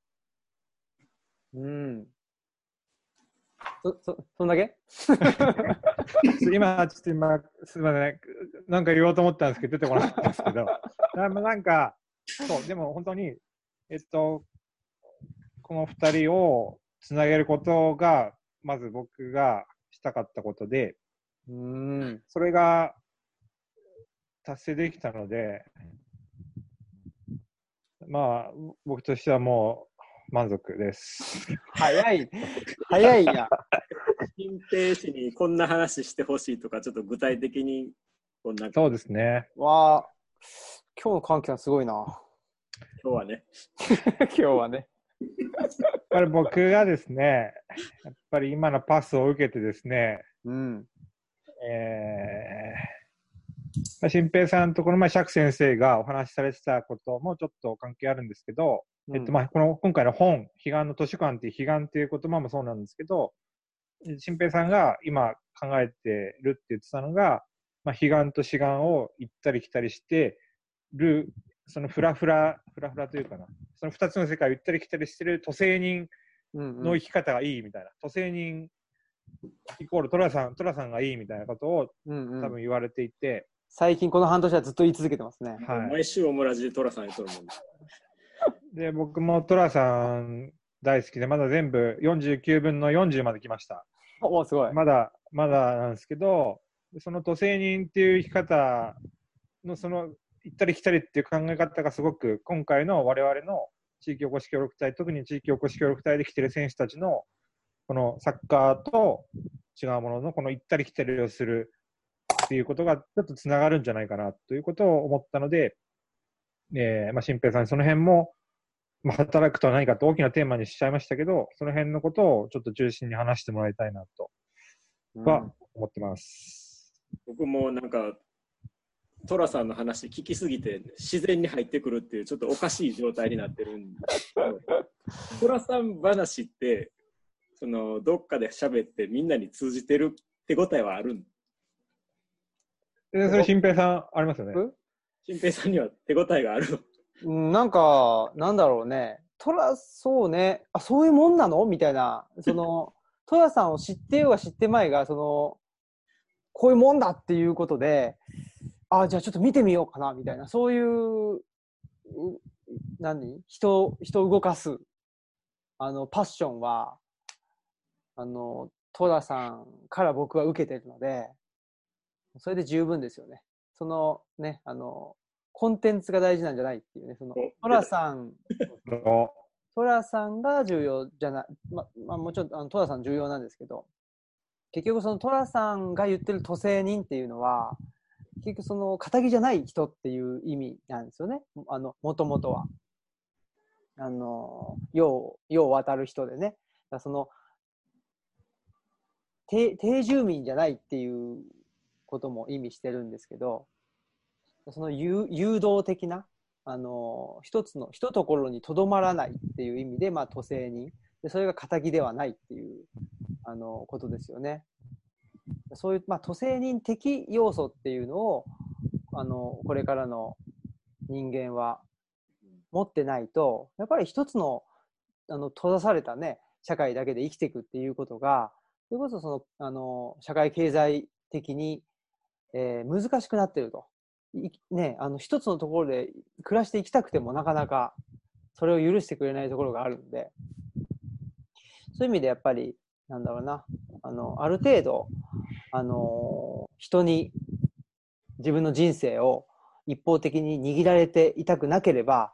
そんだけ今、すみません。なんか言おうと思ったんですけど、出てこなかったんですけど。なんか、そう、でも本当に、この2人をつなげることが、まず僕がしたかったことで、それが達成できたので、まあ、僕としてはもう満足です。 早いや。 新平氏にこんな話してほしいとか、ちょっと具体的にこんな。 そうですね。 今日の歓喜はすごいな。 今日はね。 やっぱり僕がですね、やっぱり今のパスを受けてですね、新平さんとこの前釈先生がお話しされてたこともちょっと関係あるんですけど、今回の本、彼岸の図書館っていう彼岸っていう言葉もそうなんですけど、新平さんが今考えてるって言ってたのが、彼岸と志願を行ったり来たりしてる、そのフラフラというかな、その2つの世界を行ったり来たりしてる都政人の生き方がいいみたいな、都政人イコールトラさんがいいみたいなことを多分言われていて、 最近この半年はずっと言い続けてますね。 毎週オムラジでトラさんにとるもんで、僕もトラさん大好きで、まだ全部49分の40まで来ました。 すごい。 まだなんですけど、その都政人っていう生き方のその行ったり来たりっていう考え方がすごく今回の我々の地域おこし協力隊、特に地域おこし協力隊で来てる選手たちのこのサッカーと違うもののこの行ったり来たりをするっていうことがちょっとつながるんじゃないかなということを思ったので、新平さんにその辺も、働くとは何かと大きなテーマにしちゃいましたけど、その辺のことをちょっと中心に話してもらいたいなとは思ってます。 僕もなんかトラさんの話聞きすぎて自然に入ってくるっていうちょっとおかしい状態になってるんですけど、トラさん話ってそのどっかで喋ってみんなに通じてる手応えはあるん？ それ新平さんありますよね。 新平さんには手応えがあるの？ なんかなんだろうね。そうね。そういうもんなのみたいな、トラさんを知ってようが知ってまいがこういうもんだっていうことで、じゃあちょっと見てみようかなみたいな、そういう人を動かすパッションはトラさんから僕は受けてるので、それで十分ですよね。コンテンツが大事なんじゃないっていうね、トラさんが重要じゃない、もちろんトラさん重要なんですけど、結局トラさんが言ってる都政人っていうのは結局堅気じゃない人っていう意味なんですよね。もともとは世を渡る人でね、定住民じゃないっていうことも意味してるんですけど、 その誘導的な、一ところにとどまらないっていう意味で、都政人で、それが仇ではないっていうことですよね。そういう、都政人的要素っていうのをこれからの人間は持ってないと、やっぱり一つの閉ざされたね社会だけで生きていくっていうことが、それこそ社会経済的に、難しくなってると。ね、一つのところで暮らしていきたくてもなかなかそれを許してくれないところがあるんで、そういう意味でやっぱりなんだろうな、ある程度人に自分の人生を一方的に握られていたくなければ、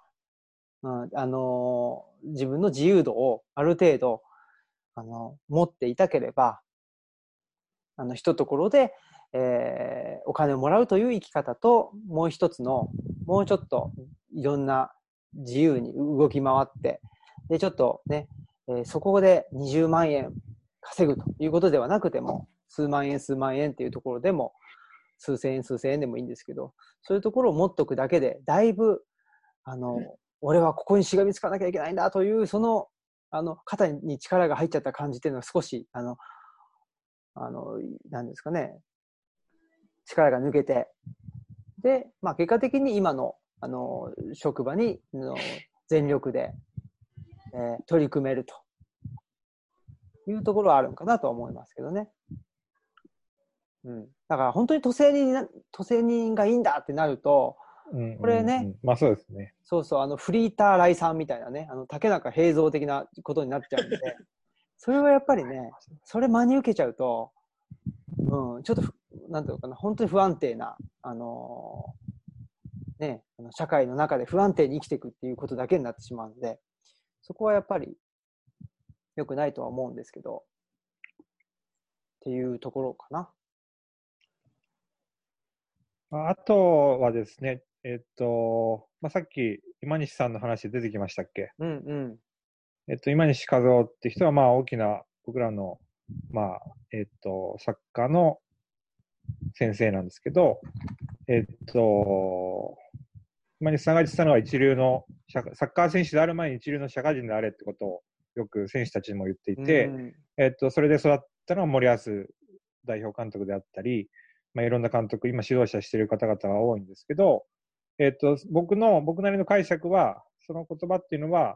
自分の自由度をある程度持っていたければ、一ところでお金をもらうという生き方と、もう一つのもうちょっといろんな自由に動き回って、でちょっとね、そこで20万円稼ぐということではなくても、数万円っていうところでも、数千円でもいいんですけど、そういうところを持っとくだけでだいぶ俺はここにしがみつかなきゃいけないんだというその肩に力が入っちゃった感じっていうのは少しなんですかね、力が抜けて、で、結果的に今の職場に全力で、取り組めるというところはあるのかなとは思いますけどね。だから本当に都政人がいいんだってなると、これね、 そうですね。 そうフリーター来さんみたいなね、竹中平蔵的なことになっちゃうんで、それはやっぱりね、それ真に受けちゃうと、ちょっとなんていうのかな、本当に不安定な社会の中で不安定に生きていくっていうことだけになってしまうので、そこはやっぱり良くないとは思うんですけど、っていうところかな。 あとはですね、さっき今西さんの話出てきましたっけ？今西和夫って人は大きな僕らのサッカーの先生なんですけど、今西さんが言ってたのは一流のサッカー選手である前に一流の社会人であれってことをよく選手たちにも言っていて、それで育ったのは森保代表監督であったり、いろんな監督、今指導者している方々が多いんですけど、僕なりの解釈は、その言葉っていうのは、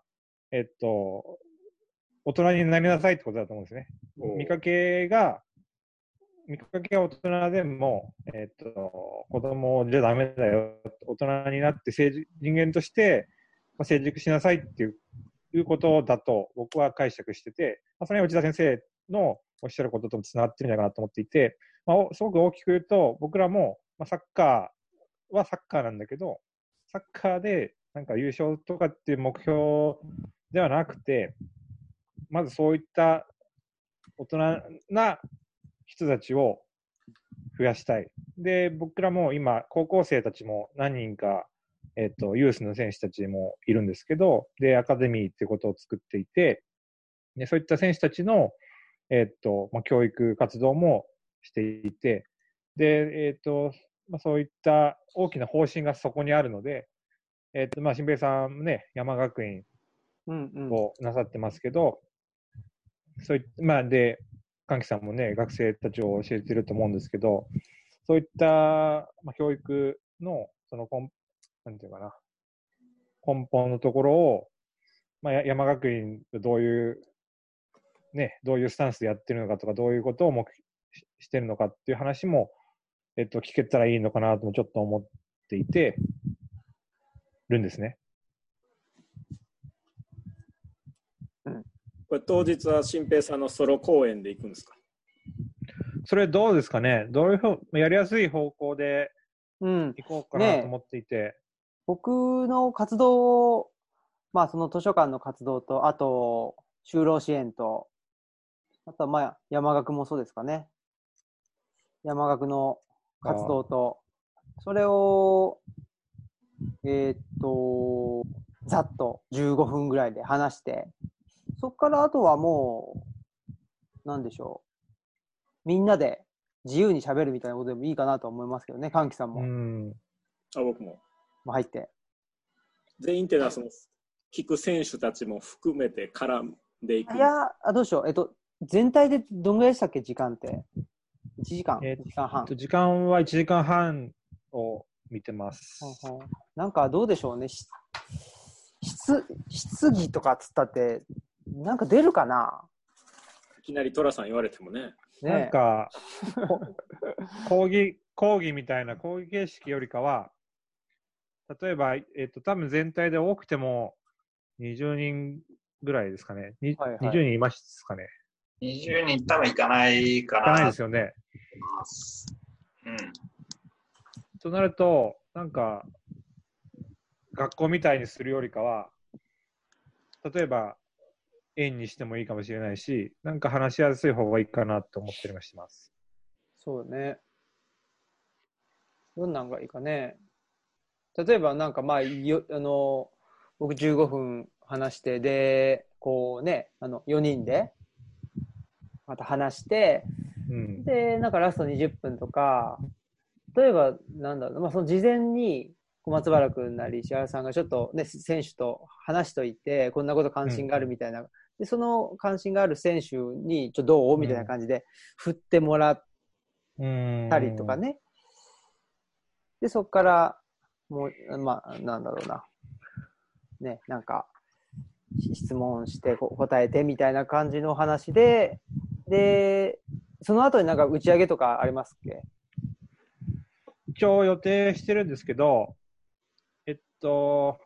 大人になりなさいってことだと思うんですね。見かけが大人でも、子供じゃダメだよ。大人になって人間として成熟しなさいっていうことだと僕は解釈してて、それは内田先生のおっしゃることとつながってるんじゃないかなと思っていて、すごく大きく言うと、僕らも、サッカーはサッカーなんだけど、サッカーでなんか優勝とかっていう目標ではなくて、まずそういった大人な人たちを増やしたい。で、僕らも今、高校生たちも何人か、ユースの選手たちもいるんですけど、で、アカデミーっていうことを作っていて、でそういった選手たちの、教育活動もしていて、で、そういった大きな方針がそこにあるので、新平さんもね、山学院をなさってますけど、そういった、で、歓喜さんもね、学生たちを教えてると思うんですけど、そういった、教育の、なんていうかな、根本のところを、山学院とどういうスタンスでやってるのかとか、どういうことをしてるのかっていう話も、聞けたらいいのかなともちょっと思っていてるんですね。 これ当日は新平さんのソロ公演で行くんですか？ それどうですかね。どういうやりやすい方向で行こうかなと思っていて。 僕の活動を、その図書館の活動と、あと就労支援と、あとは山学もそうですかね。山学の活動と、それをざっと15分ぐらいで話して、そこからあとはもうなんでしょう、みんなで自由に喋るみたいなことでもいいかなと思いますけどね、歓喜さんも。 僕も。 入って。 全員っていうのは、聞く選手たちも含めて絡んでいく。 いや、どうしよう。全体でどんぐらいでしたっけ、時間って。1時間、1時間半。 時間は1時間半を見てます。 なんかどうでしょうね。質疑とかっつったって、なんか出るかな。 いきなり寅さん言われてもね。 なんか講義みたいな講義形式よりかは、例えば、多分全体で多くても20人ぐらいですかね。20人いますかね。 20人多分いかないかな。 いかないですよね。 うん。 となると、なんか学校みたいにするよりかは、例えば園にしてもいいかもしれないし、なんか話しやすい方がいいかなと思ったりもします。 そうね。どんなんがいいかね。例えばなんかまあ僕15分話してでこうね4人でまた話して、でなんかラスト20分とか、例えばなんだろう、まあその事前に小松原君なり石原さんがちょっとね選手と話しといて、こんなこと関心があるみたいな、でその関心がある選手にちょっとどうみたいな感じで振ってもらったりとかね。でそこからもうまあなんだろうなね、なんか質問して答えてみたいな感じの話で、その後になんか打ち上げとかありますっけ？ 一応予定してるんですけど、そ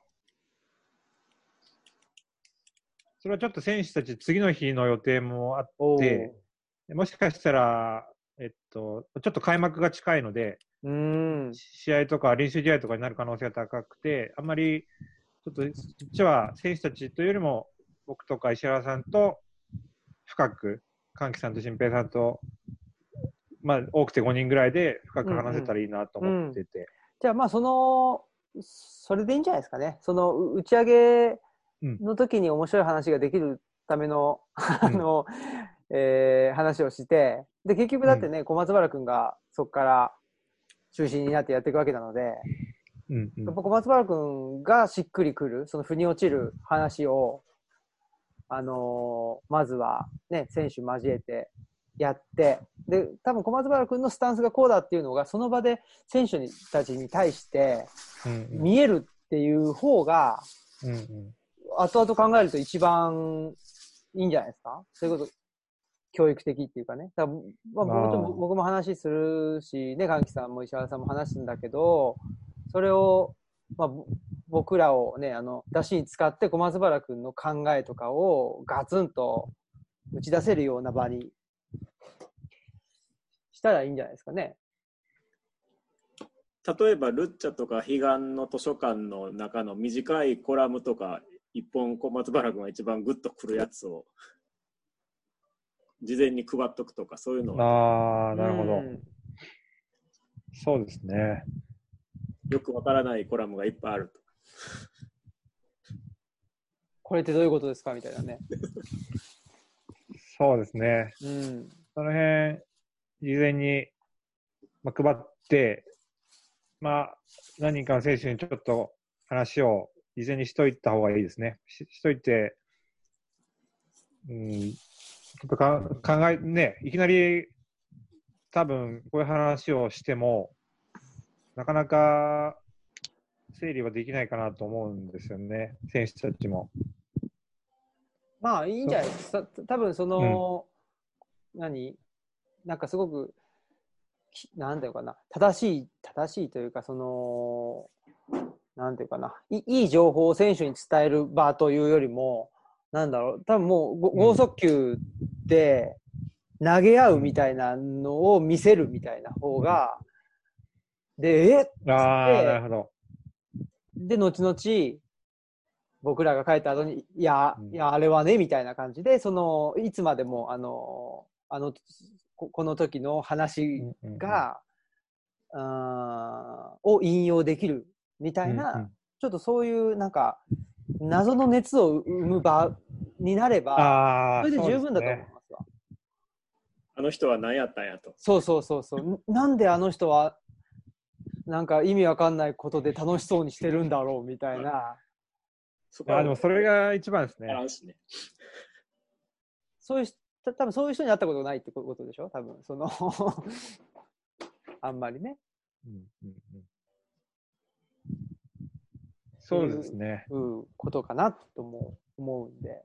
れはちょっと選手たち次の日の予定もあって、もしかしたらちょっと開幕が近いので、試合とか練習試合とかになる可能性が高くて、あんまりちょっとそっちは選手たちというよりも僕とか石原さんと深く、歓喜さんと新平さんと、まあ多くて5人ぐらいで深く話せたらいいなと思ってて。 じゃあまあそれでいいんじゃないですかね。その打ち上げの時に面白い話ができるための、話をして、で結局だってね、小松原君がそこから中心になってやっていくわけなので、やっぱ小松原君がしっくりくる、その腑に落ちる話を、まずはね、選手交えてやって、で、多分小松原君のスタンスがこうだっていうのが、その場で選手たちに対して見えるっていう方が、後々考えると一番いいんじゃないですか。そういうこと、教育的っていうかね。だからまあ、僕も話するし、ね、歓喜さんも石原さんも話すんだけど、それを、まあ、僕らをね、出しに使って小松原君の考えとかをガツンと打ち出せるような場にしたらいいんじゃないですかね。 例えばルッチャとか彼岸の図書館の中の短いコラムとか一本小松原君が一番グッとくるやつを事前に配っとくとか、そういうのは。なるほど。そうですね。 よくわからないコラムがいっぱいあると。 これってどういうことですかみたいなね。 そうですね。その辺事前に、配って、何人かの選手にちょっと話を事前にしといた方がいいですね。しといて、ちょっと考え、ね、いきなり多分こういう話をしても、なかなか整理はできないかなと思うんですよね、選手たちも。 まあいいんじゃないですか。多分その、なんかすごく、なんていうかな、正しいというか、その、なんていうかな、いい情報を選手に伝える場というよりも、なんだろう、多分もう剛速球で投げ合うみたいなのを見せるみたいな方が、で、 なるほど。 で、後々、僕らが帰った後に、いや、あれはね、みたいな感じで、いつまでも、この時の話が、を引用できるみたいな、ちょっとそういうなんか謎の熱を生む場になれば、それで十分だと思いますわ。 あの人は何やったんやと。 そう。なんであの人はなんか意味わかんないことで楽しそうにしてるんだろうみたいな。 でもそれが一番ですね。 そういう多分そういう人に会ったことないってことでしょ多分あんまりね。 そうですね。 ことかなと思うんで。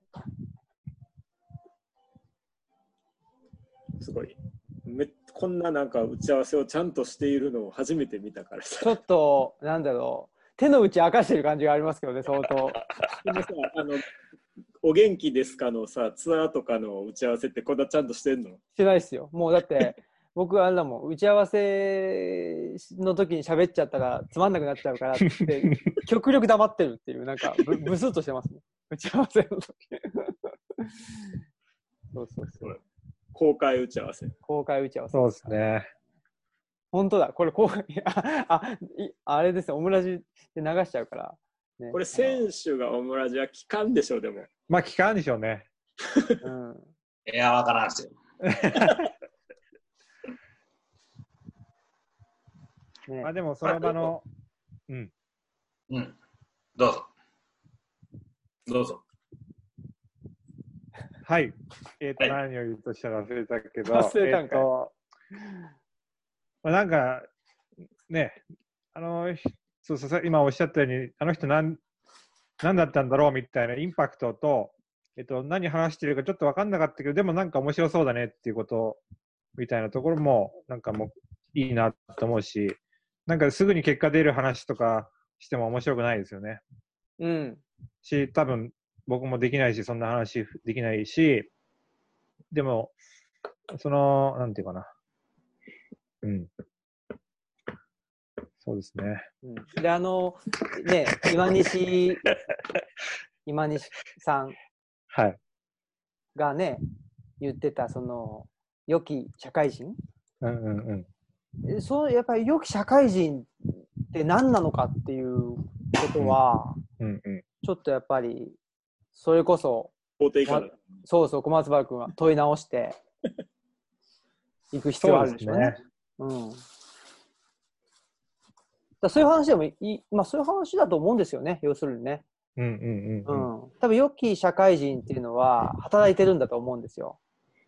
すごい。こんななんか打ち合わせをちゃんとしているのを初めて見たからさ。 ちょっと、なんだろう。手の内明かしてる感じがありますけどね、相当。 でもさ、お元気ですかのさ、ツアーとかの打ち合わせってこんなちゃんとしてんの？ してないですよ。もうだって、僕はあれだもん、打ち合わせの時に喋っちゃったらつまんなくなっちゃうからって、極力黙ってるっていう、なんかブスッとしてますね。打ち合わせの時。そうそうそう。 公開打ち合わせ。 公開打ち合わせ。 そうですね。 本当だ。これあれですよ。オムラジで流しちゃうから。 ね、これ選手がオムラジは聞かんでしょう、でも。 まあ聞かんでしょうね。 いや、わからんすよ。 まあでもその場の、 どうぞ。どうぞ。 はい。何を言うとしたら忘れたけど、 忘れたんかい。 まあ、なんか、ね、そう今おっしゃったように、あの人何だったんだろうみたいなインパクトと、何話してるかちょっと分かんなかったけど、でもなんか面白そうだねっていうことみたいなところも、なんかもういいなと思うし、なんかすぐに結果出る話とかしても面白くないですよね。多分僕もできないし、そんな話できないし、でも、なんていうかな。そうですね。 で、今西さんがね、言ってた、良き社会人、やっぱり良き社会人って何なのかっていうことは、ちょっとやっぱり、それこそ、そうそう、小松原君は問い直していく必要あるでしょうね。そういう話でもそういう話だと思うんですよね、要するにね。多分良き社会人っていうのは働いてるんだと思うんですよ。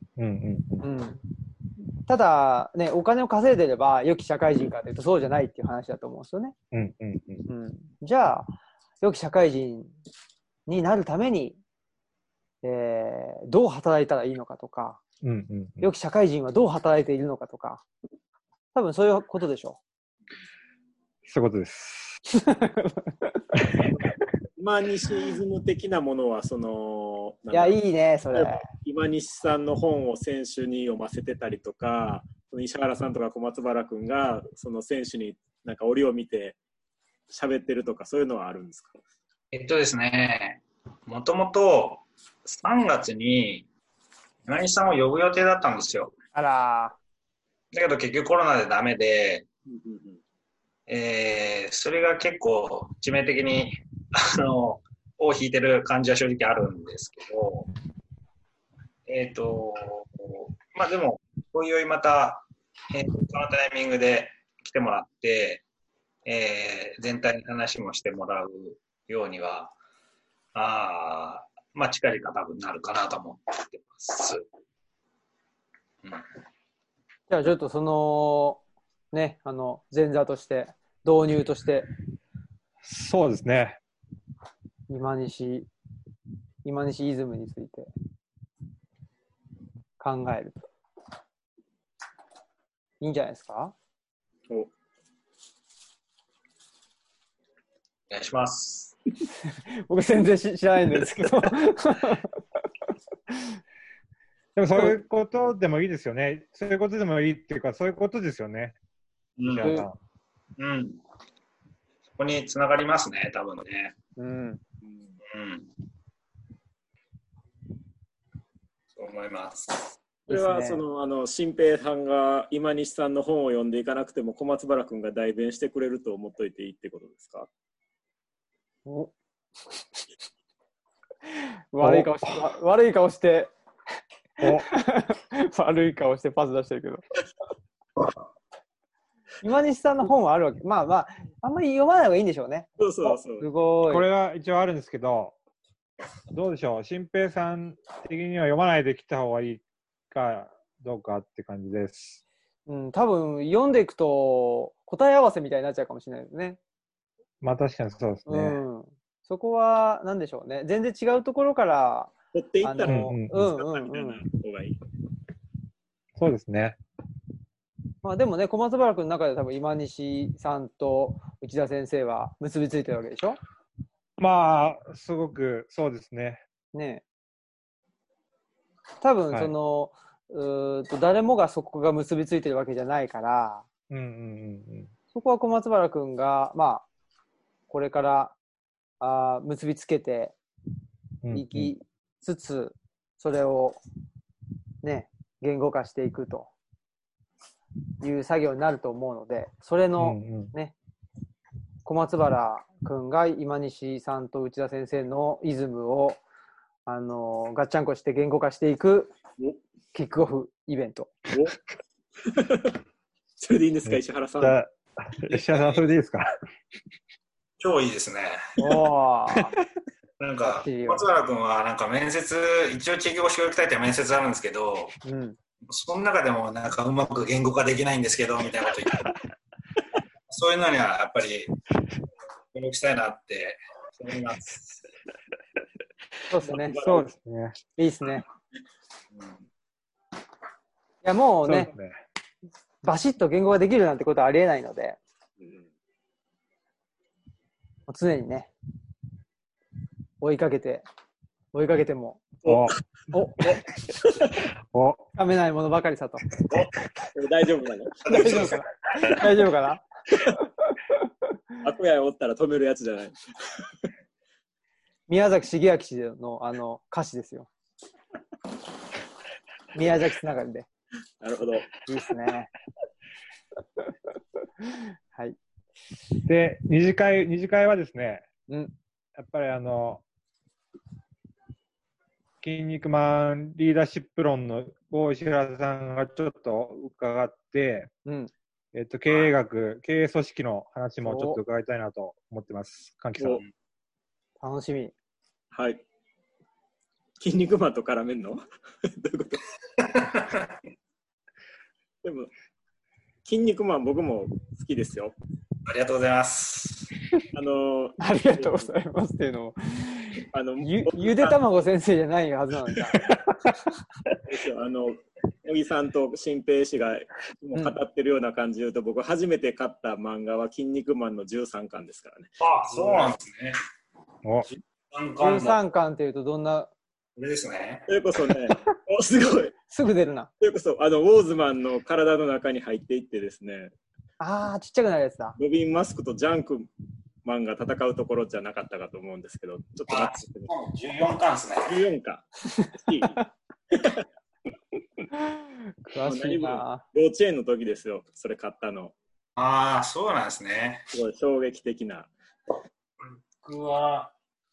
ただね、お金を稼いでれば良き社会人かというとそうじゃないっていう話だと思うんですよね。じゃあ良き社会人になるために、どう働いたらいいのかとか、良き社会人はどう働いているのかとか、多分そういうことでしょう。 そういうことです。 今西イズム的なものはいや、いいねそれ。 今西さんの本を選手に読ませてたりとか、石原さんとか小松原君がその選手になんか折を見て喋ってるとか、そういうのはあるんですか？ ですね、もともと3月に今西さんを呼ぶ予定だったんですよ。 あら。 だけど結局コロナでダメで、それが結構致命的に尾を引いてる感じは正直あるんですけど、まあでもおいおいまた、このタイミングで来てもらって、全体の話もしてもらうようにはまあ近々多分なるかなと思ってます。 じゃあちょっとね、前座として導入としてそうですね。 今西イズムについて考えるといいんじゃないですか？ お願いします。 僕全然知らないんですけどでもそういうことでもいいですよね。そういうことでもいいっていうか、そういうことですよね。 そこにつながりますね、多分ね。そう思います。 これは新平さんが今西さんの本を読んでいかなくても小松原君が代弁してくれると思っといていいってことですか？ 悪い顔して悪い顔してパス出してるけど今西さんの本はあるわけ。まあまあ、あんまり読まない方がいいんでしょうね。 そうそうそう。 すごい。 これは一応あるんですけど、どうでしょう、新平さん的には読まないで来た方がいいかどうかって感じです。 うん、多分読んでいくと答え合わせみたいになっちゃうかもしれないですね。 まあ確かにそうですね。 うん、そこは何でしょうね。全然違うところから取っていったら、 うんうんうん。 方がいい。 そうですね。 まあでもね、小松原君の中で多分今西さんと内田先生は結びついてるわけでしょ。 まあ、すごくそうですね。 ね多分その、誰もがそこが結びついてるわけじゃないから、そこは小松原君が、まあ、これから結びつけていきつつ、それをね、言語化していくという作業になると思うので、それのね、小松原君が今西さんと内田先生のイズムをガッチャンコして言語化していくキックオフイベント。 それでいいんですか、石原さん。 石原さん、それでいいですか。 超いいですね。なんか松原君はなんか面接、一応地域おこし協力隊って面接あるんですけど、その中でもなんかうまく言語化できないんですけどみたいなこと言ってそういうのにはやっぱり協力したいなって思います。 そうですね。 そうですね。 いいですね。いやもうね、バシッと言語ができるなんてことはありえないので、もう常にね、追いかけても、噛めないものばかりさと。 大丈夫なの？ 大丈夫かな？ 悪やおったら止めるやつじゃない。 宮崎茂明氏の歌詞ですよ。宮崎つながりで。 なるほど。いいですね。はい。 で、二次会はですね、やっぱり筋肉マンリーダーシップ論の石原さんがちょっと伺って、経営学、経営組織の話もちょっと伺いたいなと思ってます。歓喜さん。 楽しみ。 はい。筋肉マンと絡めんの？どういうこと？でも、筋肉マン僕も好きですよ。 ありがとうございます。 ありがとうございますっていうのを、ゆで卵先生じゃないはずなんだ。 小木さんと新平氏が語ってるような感じで言うと、僕初めて買った漫画は筋肉マンの13巻ですからね。 あ、そうなんですね。 13巻っていうとどんな？ これですね。 それこそね、すごい。 すぐ出るな。 それこそウォーズマンの体の中に入っていってですね。 ちっちゃくなるやつだ。 ロビン・マスクとジャンクマンが戦うところじゃなかったかと思うんですけど、ちょっと待って 14巻ですね。 14巻。 詳しいな。 幼稚園の時ですよ、それ買ったの。 そうなんですね。 すごい衝撃的な。 僕は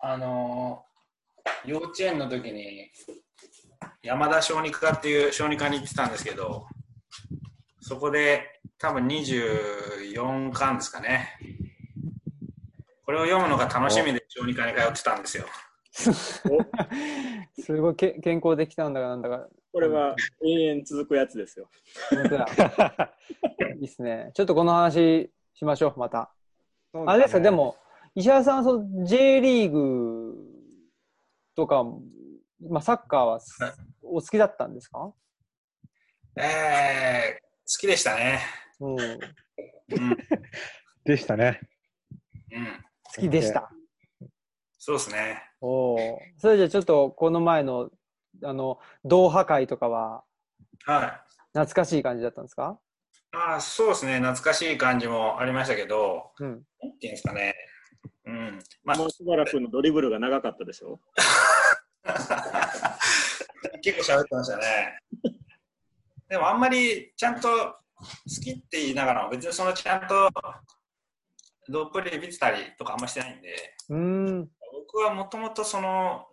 幼稚園の時に山田小児科っていう小児科に行ってたんですけど、そこで多分24巻ですかね。これを読むのが楽しみで小児科に通ってたんですよ。 すごい健康できたんだかなんだか。 これは永遠続くやつですよ。 本当だ。いいっすね。ちょっとこの話しましょう、また。あれですか、でも石原さんはJ リーグとか、サッカーはお好きだったんですか？ 好きでしたね。 でしたね。 好きでした。 そうですね。 それじゃあちょっとこの前の同破壊とかは懐かしい感じだったんですか？ そうですね。懐かしい感じもありましたけど、なんていうんですかね。 もうしばらくのドリブルが長かったでしょ。 結構喋ってましたね。でもあんまりちゃんと好きって言いながらも別にそのちゃんとどっぷり見てたりとかあんましてないんで、僕はもともとその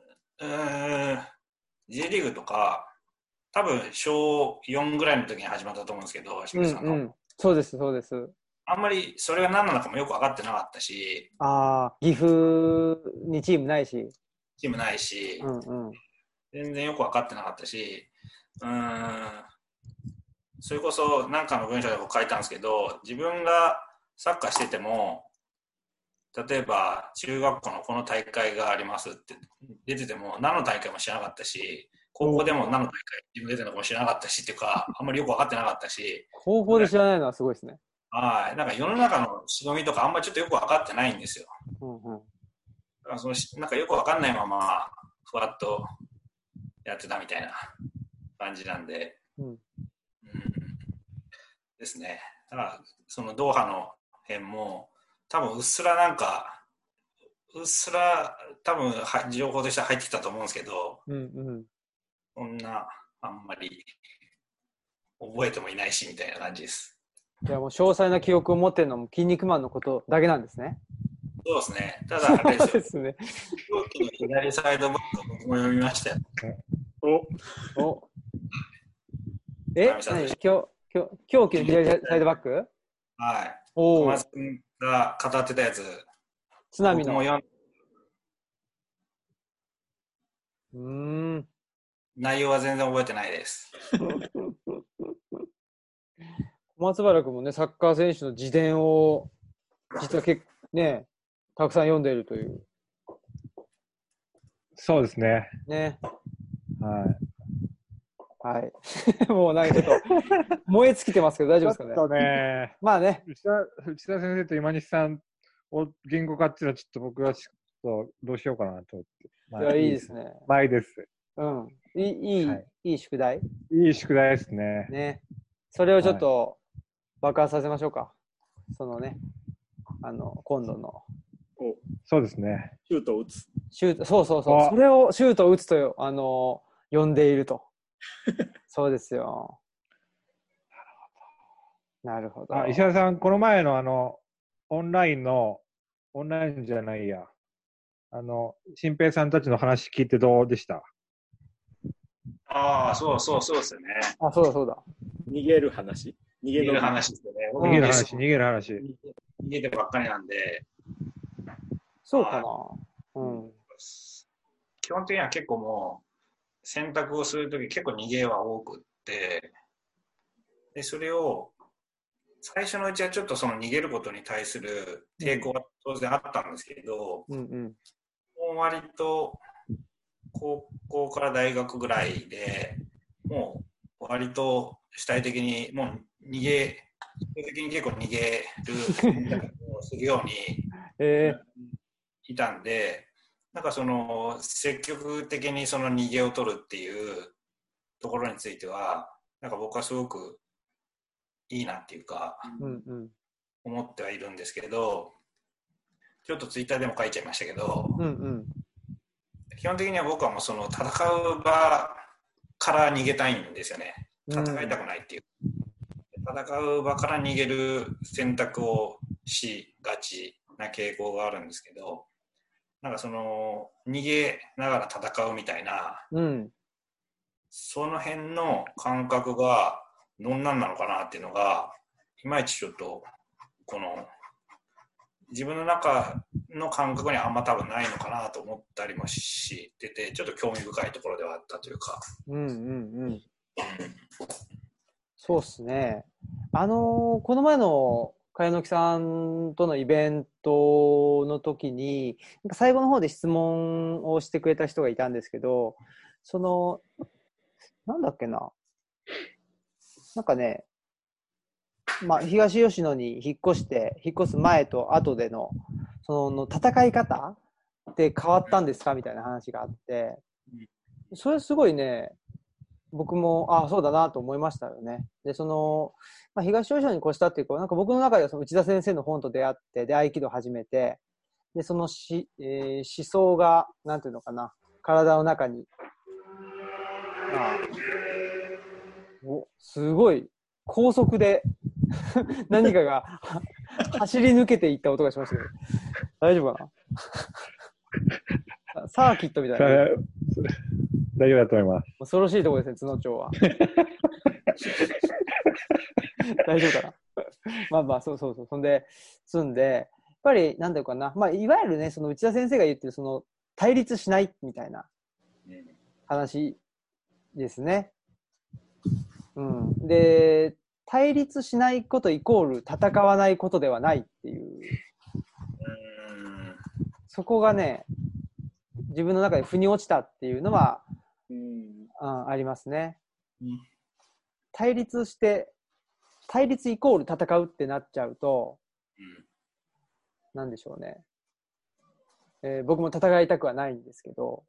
J リーグとか多分小4ぐらいの時に始まったと思うんですけど、清水さんの。 そうです、そうです。 あんまりそれが何なのかもよく分かってなかったし、 岐阜にチームないし。 チームないし、全然よく分かってなかったし、それこそ何かの文章でも書いたんですけど、自分がサッカーしてても、例えば中学校のこの大会がありますって出てても何の大会も知らなかったし、高校でも何の大会自分出てるのかも知らなかったしっていうか、あんまりよく分かってなかったし。 高校で知らないのはすごいですね。 はい。なんか世の中の仕組みとかあんまりちょっとよく分かってないんですよ。だからなんかよく分かんないまま、ふわっとやってたみたいな感じなんで。ですね。だからそのドーハの辺も、多分うっすら多分情報として入ってきたと思うんですけど、そんなあんまり覚えてもいないしみたいな感じです。 いやもう詳細な記憶を持ってるのも筋肉マンのことだけなんですね。 そうですね。ただあれですよ。 ね、 狂気の左サイドバックを僕も読みましたよ。 狂気の左サイドバック？ はい。小松君が語ってたやつ。 津波の。 内容は全然覚えてないです。 小松原君もね、サッカー選手の自伝を実はね、たくさん読んでいるという。 そうですね。 ね。 はい。 もうなんかちょっと燃え尽きてますけど大丈夫ですかね。 ちょっとね。 まあね。 内田先生と今西さんを言語化っていうのはちょっと僕はちょっとどうしようかなと思って。 いや、いいですね。 まあいいです。 いい宿題？ いい宿題ですね。 ね。それをちょっと爆発させましょうか。そのね、今度の。 そうですね。 シュートを打つ。 そう。それをシュートを打つと、呼んでいると。そうですよ。なるほど。 石原さん、この前のオンラインじゃないや。新平さんたちの話聞いてどうでした？ そうですよね。 そうだ。 逃げる話ですよね。 逃げる話。 逃げてばっかりなんで。 そうかな。 基本的には結構もう、選択をするとき結構逃げは多くって、で、それを、最初のうちはちょっとその逃げることに対する抵抗は当然あったんですけど、もう割と高校から大学ぐらいでもう割と主体的にもう主体的に結構逃げるをするようにいたんで、なんかその積極的にその逃げを取るっていうところについてはなんか僕はすごくいいなっていうか、思ってはいるんですけど、ちょっとツイッターでも書いちゃいましたけど、基本的には僕はもうその戦う場から逃げたいんですよね。戦いたくないっていう。戦う場から逃げる選択をしがちな傾向があるんですけど、なんかその逃げながら戦うみたいな、その辺の感覚がどんなんなのかなっていうのがいまいちちょっとこの自分の中の感覚にはあんま多分ないのかなと思ったりもしてて、ちょっと興味深いところではあったというか。 そうっすね。この前の茅野木さんとのイベントの時になんか最後の方で質問をしてくれた人がいたんですけど、なんだっけな、なんかね、東吉野に引っ越す前と後でのその戦い方って変わったんですかみたいな話があって、それすごいね、僕もそうだなと思いましたよね。で東吉野に越したっていうか、なんか僕の中ではその内田先生の本と出会ってで合気道を始めて、でその思想がなんていうのかな、体の中にすごい高速で何かが走り抜けていった音がしましたけど、大丈夫かな？サーキットみたいな。 大丈夫だと思います。 恐ろしいところですね、津野町は。大丈夫かな？ まあまあ、そうそうそう。そんで、積んで、やっぱり、なんだろうかな。まあ、いわゆるね、その内田先生が言ってる、その、対立しないみたいな話ですね。うん。で、対立しないことイコール戦わないことではないっていう。そこがね、自分の中で腑に落ちたっていうのは、ありますね。対立して、対立イコール戦うってなっちゃうと、なんでしょうね。僕も戦いたくはないんですけど、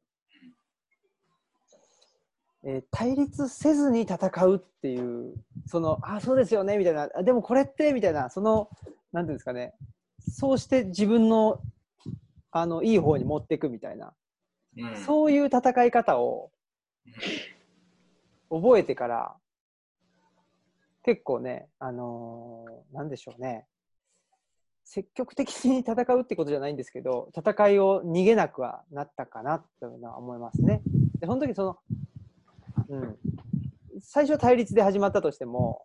対立せずに戦うっていう、その、あ、そうですよね、みたいな、でもこれって、みたいな、その、なんていうんですかね、そうして自分の、いい方に持っていくみたいな、そういう戦い方を覚えてから、結構ね、なんでしょうね、積極的に戦うってことじゃないんですけど、戦いを逃げなくはなったかなというのは思いますね。で、その時最初は対立で始まったとしても、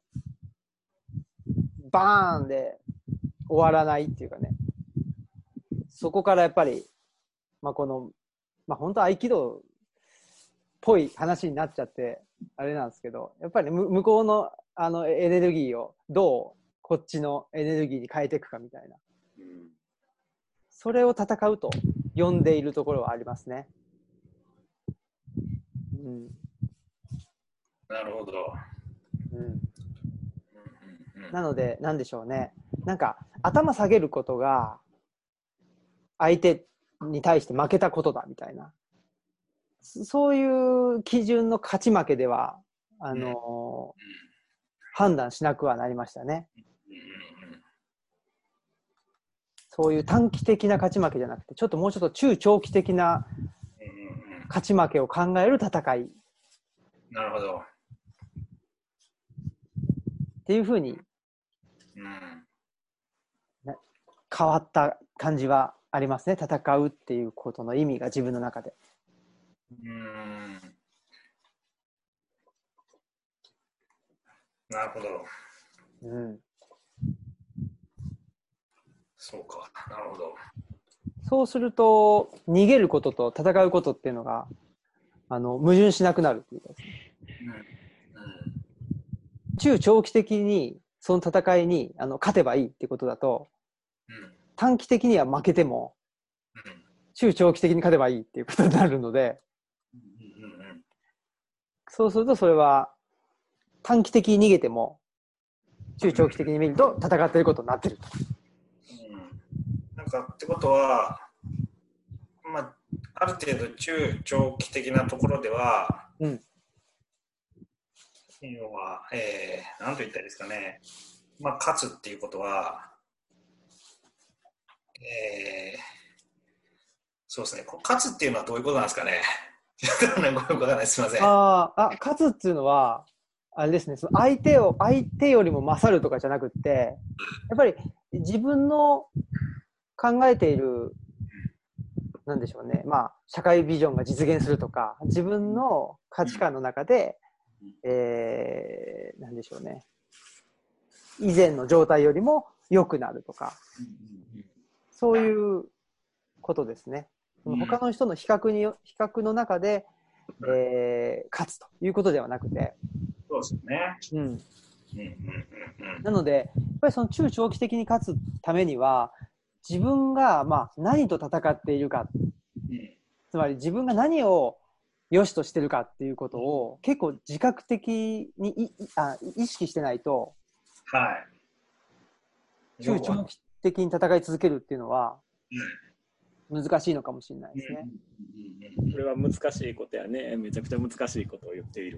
バーンで終わらないっていうかね、そこからやっぱり、この、本当合気道っぽい話になっちゃって、あれなんですけど、やっぱり向こうのエネルギーをどうこっちのエネルギーに変えていくかみたいな。それを戦うと呼んでいるところはありますね。 なるほど。 なので、なんでしょうね。なんか、頭下げることが、相手に対して負けたことだ、みたいな。そういう基準の勝ち負けでは、判断しなくはなりましたね。そういう短期的な勝ち負けじゃなくて、もうちょっと中長期的な勝ち負けを考える戦い。 なるほど。 っていうふうに、変わった感じはありますね。戦うっていうことの意味が自分の中で。 なるほど。そうか。なるほど。 そうすると、逃げることと戦うことっていうのが、矛盾しなくなるっていうかですね。中長期的にその戦いに勝てばいいってことだと、短期的には負けても、中長期的に勝てばいいっていうことになるので、そうするとそれは短期的に逃げても、中長期的に見ると戦っていることになってると。 なんかってことは、ある程度中長期的なところでは、要は、なんと言ったらいいですかね、勝つっていうことは、そうですね、勝つっていうのはどういうことなんですかね。ごめんなさい、すみません。 勝つっていうのは、あれですね、その相手よりも勝るとかじゃなくって、やっぱり自分の考えている、なんでしょうね、社会ビジョンが実現するとか、自分の価値観の中で、なんでしょうね、以前の状態よりも良くなるとか、そういうことですね。他の人の比較の中で、勝つということではなくて、 そうですね。 なので、やっぱりその中長期的に勝つためには、自分が何と戦っているか、つまり自分が何を良しとしてるかっていうことを結構自覚的に意識してないと、中長期的に戦い続けるっていうのは難しいのかもしれないですね。 これは難しいことやね。めちゃくちゃ難しいことを言っている。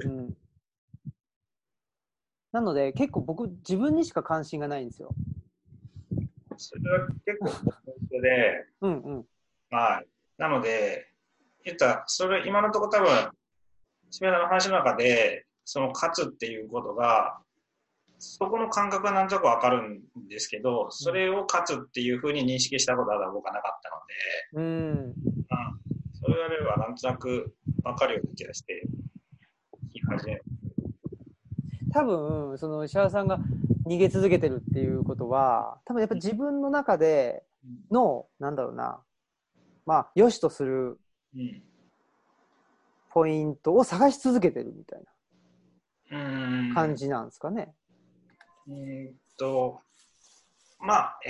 なので結構僕自分にしか関心がないんですよ。 それは結構ポイントで、なので言ったらそれ今のところ多分島田の話の中でその勝つっていうことがそこの感覚がなんとなくわかるんですけど、それを勝つっていうふうに認識したことは僕はなかったので、そう言われればなんとなくわかるような気がしてき始める。 多分その石原さんが逃げ続けてるっていうことは、多分やっぱ自分の中での、なんだろうな、まあ良しとするポイントを探し続けてるみたいな感じなんですかね。 まあ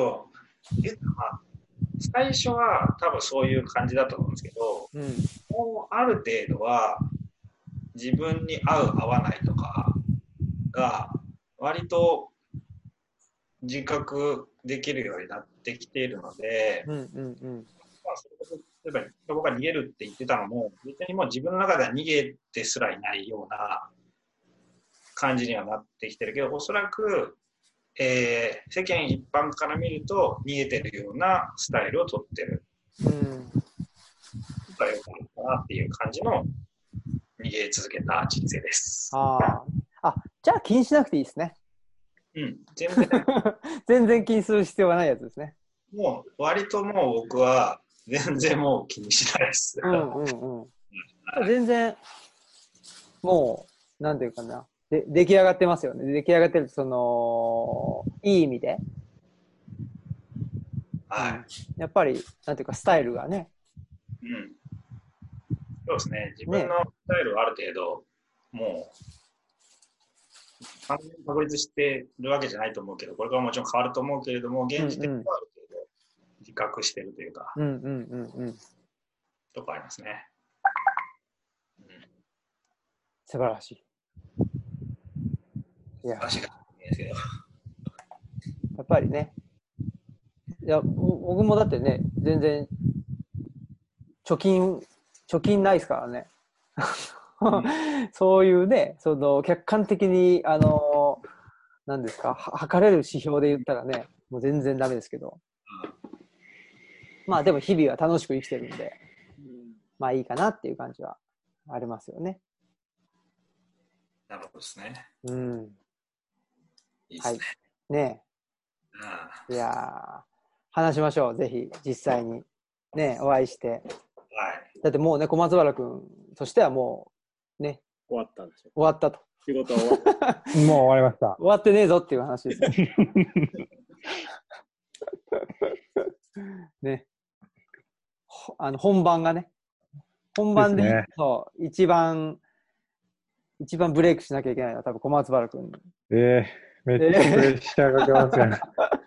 最初は多分そういう感じだと思うんですけど、もうある程度は自分に合う合わないとかが割と自覚できるようになってきているので、例えば僕が逃げるって言ってたのも別にもう自分の中では逃げてすらいないような感じにはなってきてるけど、おそらく、世間一般から見ると逃げてるようなスタイルをとってる。だよかなっていう感じの逃げ続けた人生です。 じゃあ気にしなくていいですね。全然気にする必要がないやつですね。 もう割ともう僕は全然もう気にしないです。 全然もうなんていうかな、出来上がってますよね。出来上がってる、そのいい意味で、やっぱりなんていうかスタイルがね。 そうですね。自分のスタイルはある程度もう完全に確立してるわけじゃないと思うけど、これからもちろん変わると思うけれども、現時点ではある程度自覚してるというか、とかありますね。 素晴らしい。 やっぱりね、いや僕もだってね、全然貯金ないですからね。そういうね、その客観的に何ですか、測れる指標で言ったらね、もう全然ダメですけど、まあでも日々は楽しく生きてるんで、まあいいかなっていう感じはありますよね。 なるほどですね。 いいですね。ねえ。いや話しましょう、ぜひ実際にねお会いして。だってもうね、小松原君としてはもうね、 終わったんでしょ。 終わったと。 仕事は終わった。 もう終わりました。 終わってねえぞっていう話ですよ。ね。本番がね、本番で、ね、そう一番ブレイクしなきゃいけないのは多分小松原君。 めっちゃプレッシャーがかけますよね。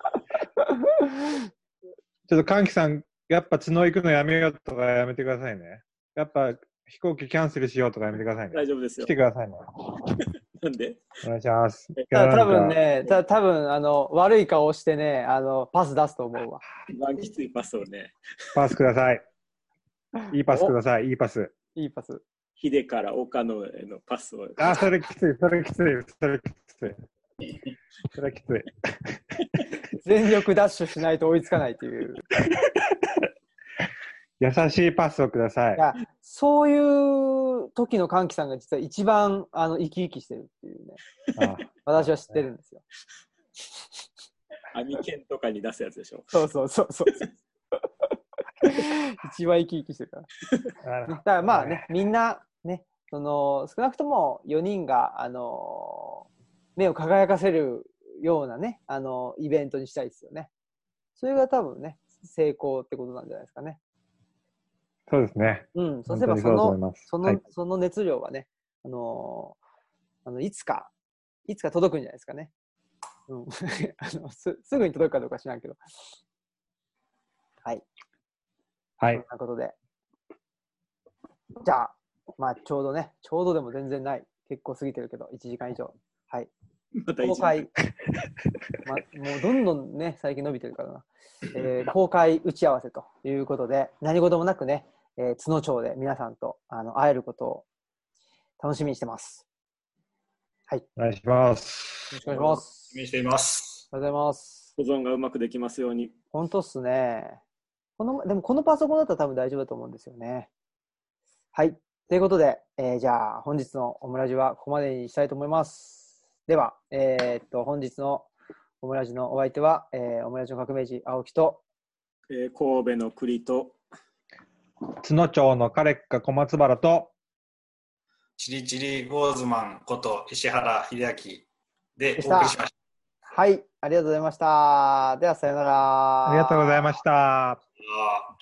ちょっと歓喜さん、やっぱ角行くのやめようとかやめてくださいね。やっぱ飛行機キャンセルしようとかやめてくださいね。 大丈夫ですよ。 来てくださいね。 なんで？ お願いします。 多分ね、多分悪い顔してね、パス出すと思うわ。 一番きついパスをね。 パスください。いいパスください。いいパス。 いいパス。 ヒデから岡野へのパスを。 それきつい。それきつい。 全力ダッシュしないと追いつかないという。 優しいパスをください。 そういう時の歓喜さんが実は一番生き生きしてるっていうね。私は知ってるんですよ。 網犬とかに出すやつでしょ。 そう。一番生き生きしてるから。だからまあね、みんなね、少なくとも4人が目を輝かせるようなね、イベントにしたいですよね。それが多分ね、成功ってことなんじゃないですかね。 そうですね。 そうすればその熱量はね、いつか届くんじゃないですかね。すぐに届くかどうか知らんけど。はい。そんなことで。じゃあ、まあちょうどでも全然ない。結構過ぎてるけど、1時間以上。はい。公開、もうどんどんね、最近伸びてるからな。公開打ち合わせということで、何事もなくね、津野町で皆さんと会えることを楽しみにしてます。はい。 お願いします。 よろしくお願いします。 楽しみにしています。 ありがとうございます。 保存がうまくできますように。 本当っすね。でもこのパソコンだったら多分大丈夫だと思うんですよね。はい。ということで、じゃあ本日のオムラジはここまでにしたいと思います。では、本日のオムラジのお相手は、オムラジの革命児青木と、 神戸の栗と津野町のカレッカ小松原とチリチリウォーズマンこと石原秀明でお送りしました。 はい、ありがとうございました。では、さよなら。 ありがとうございました。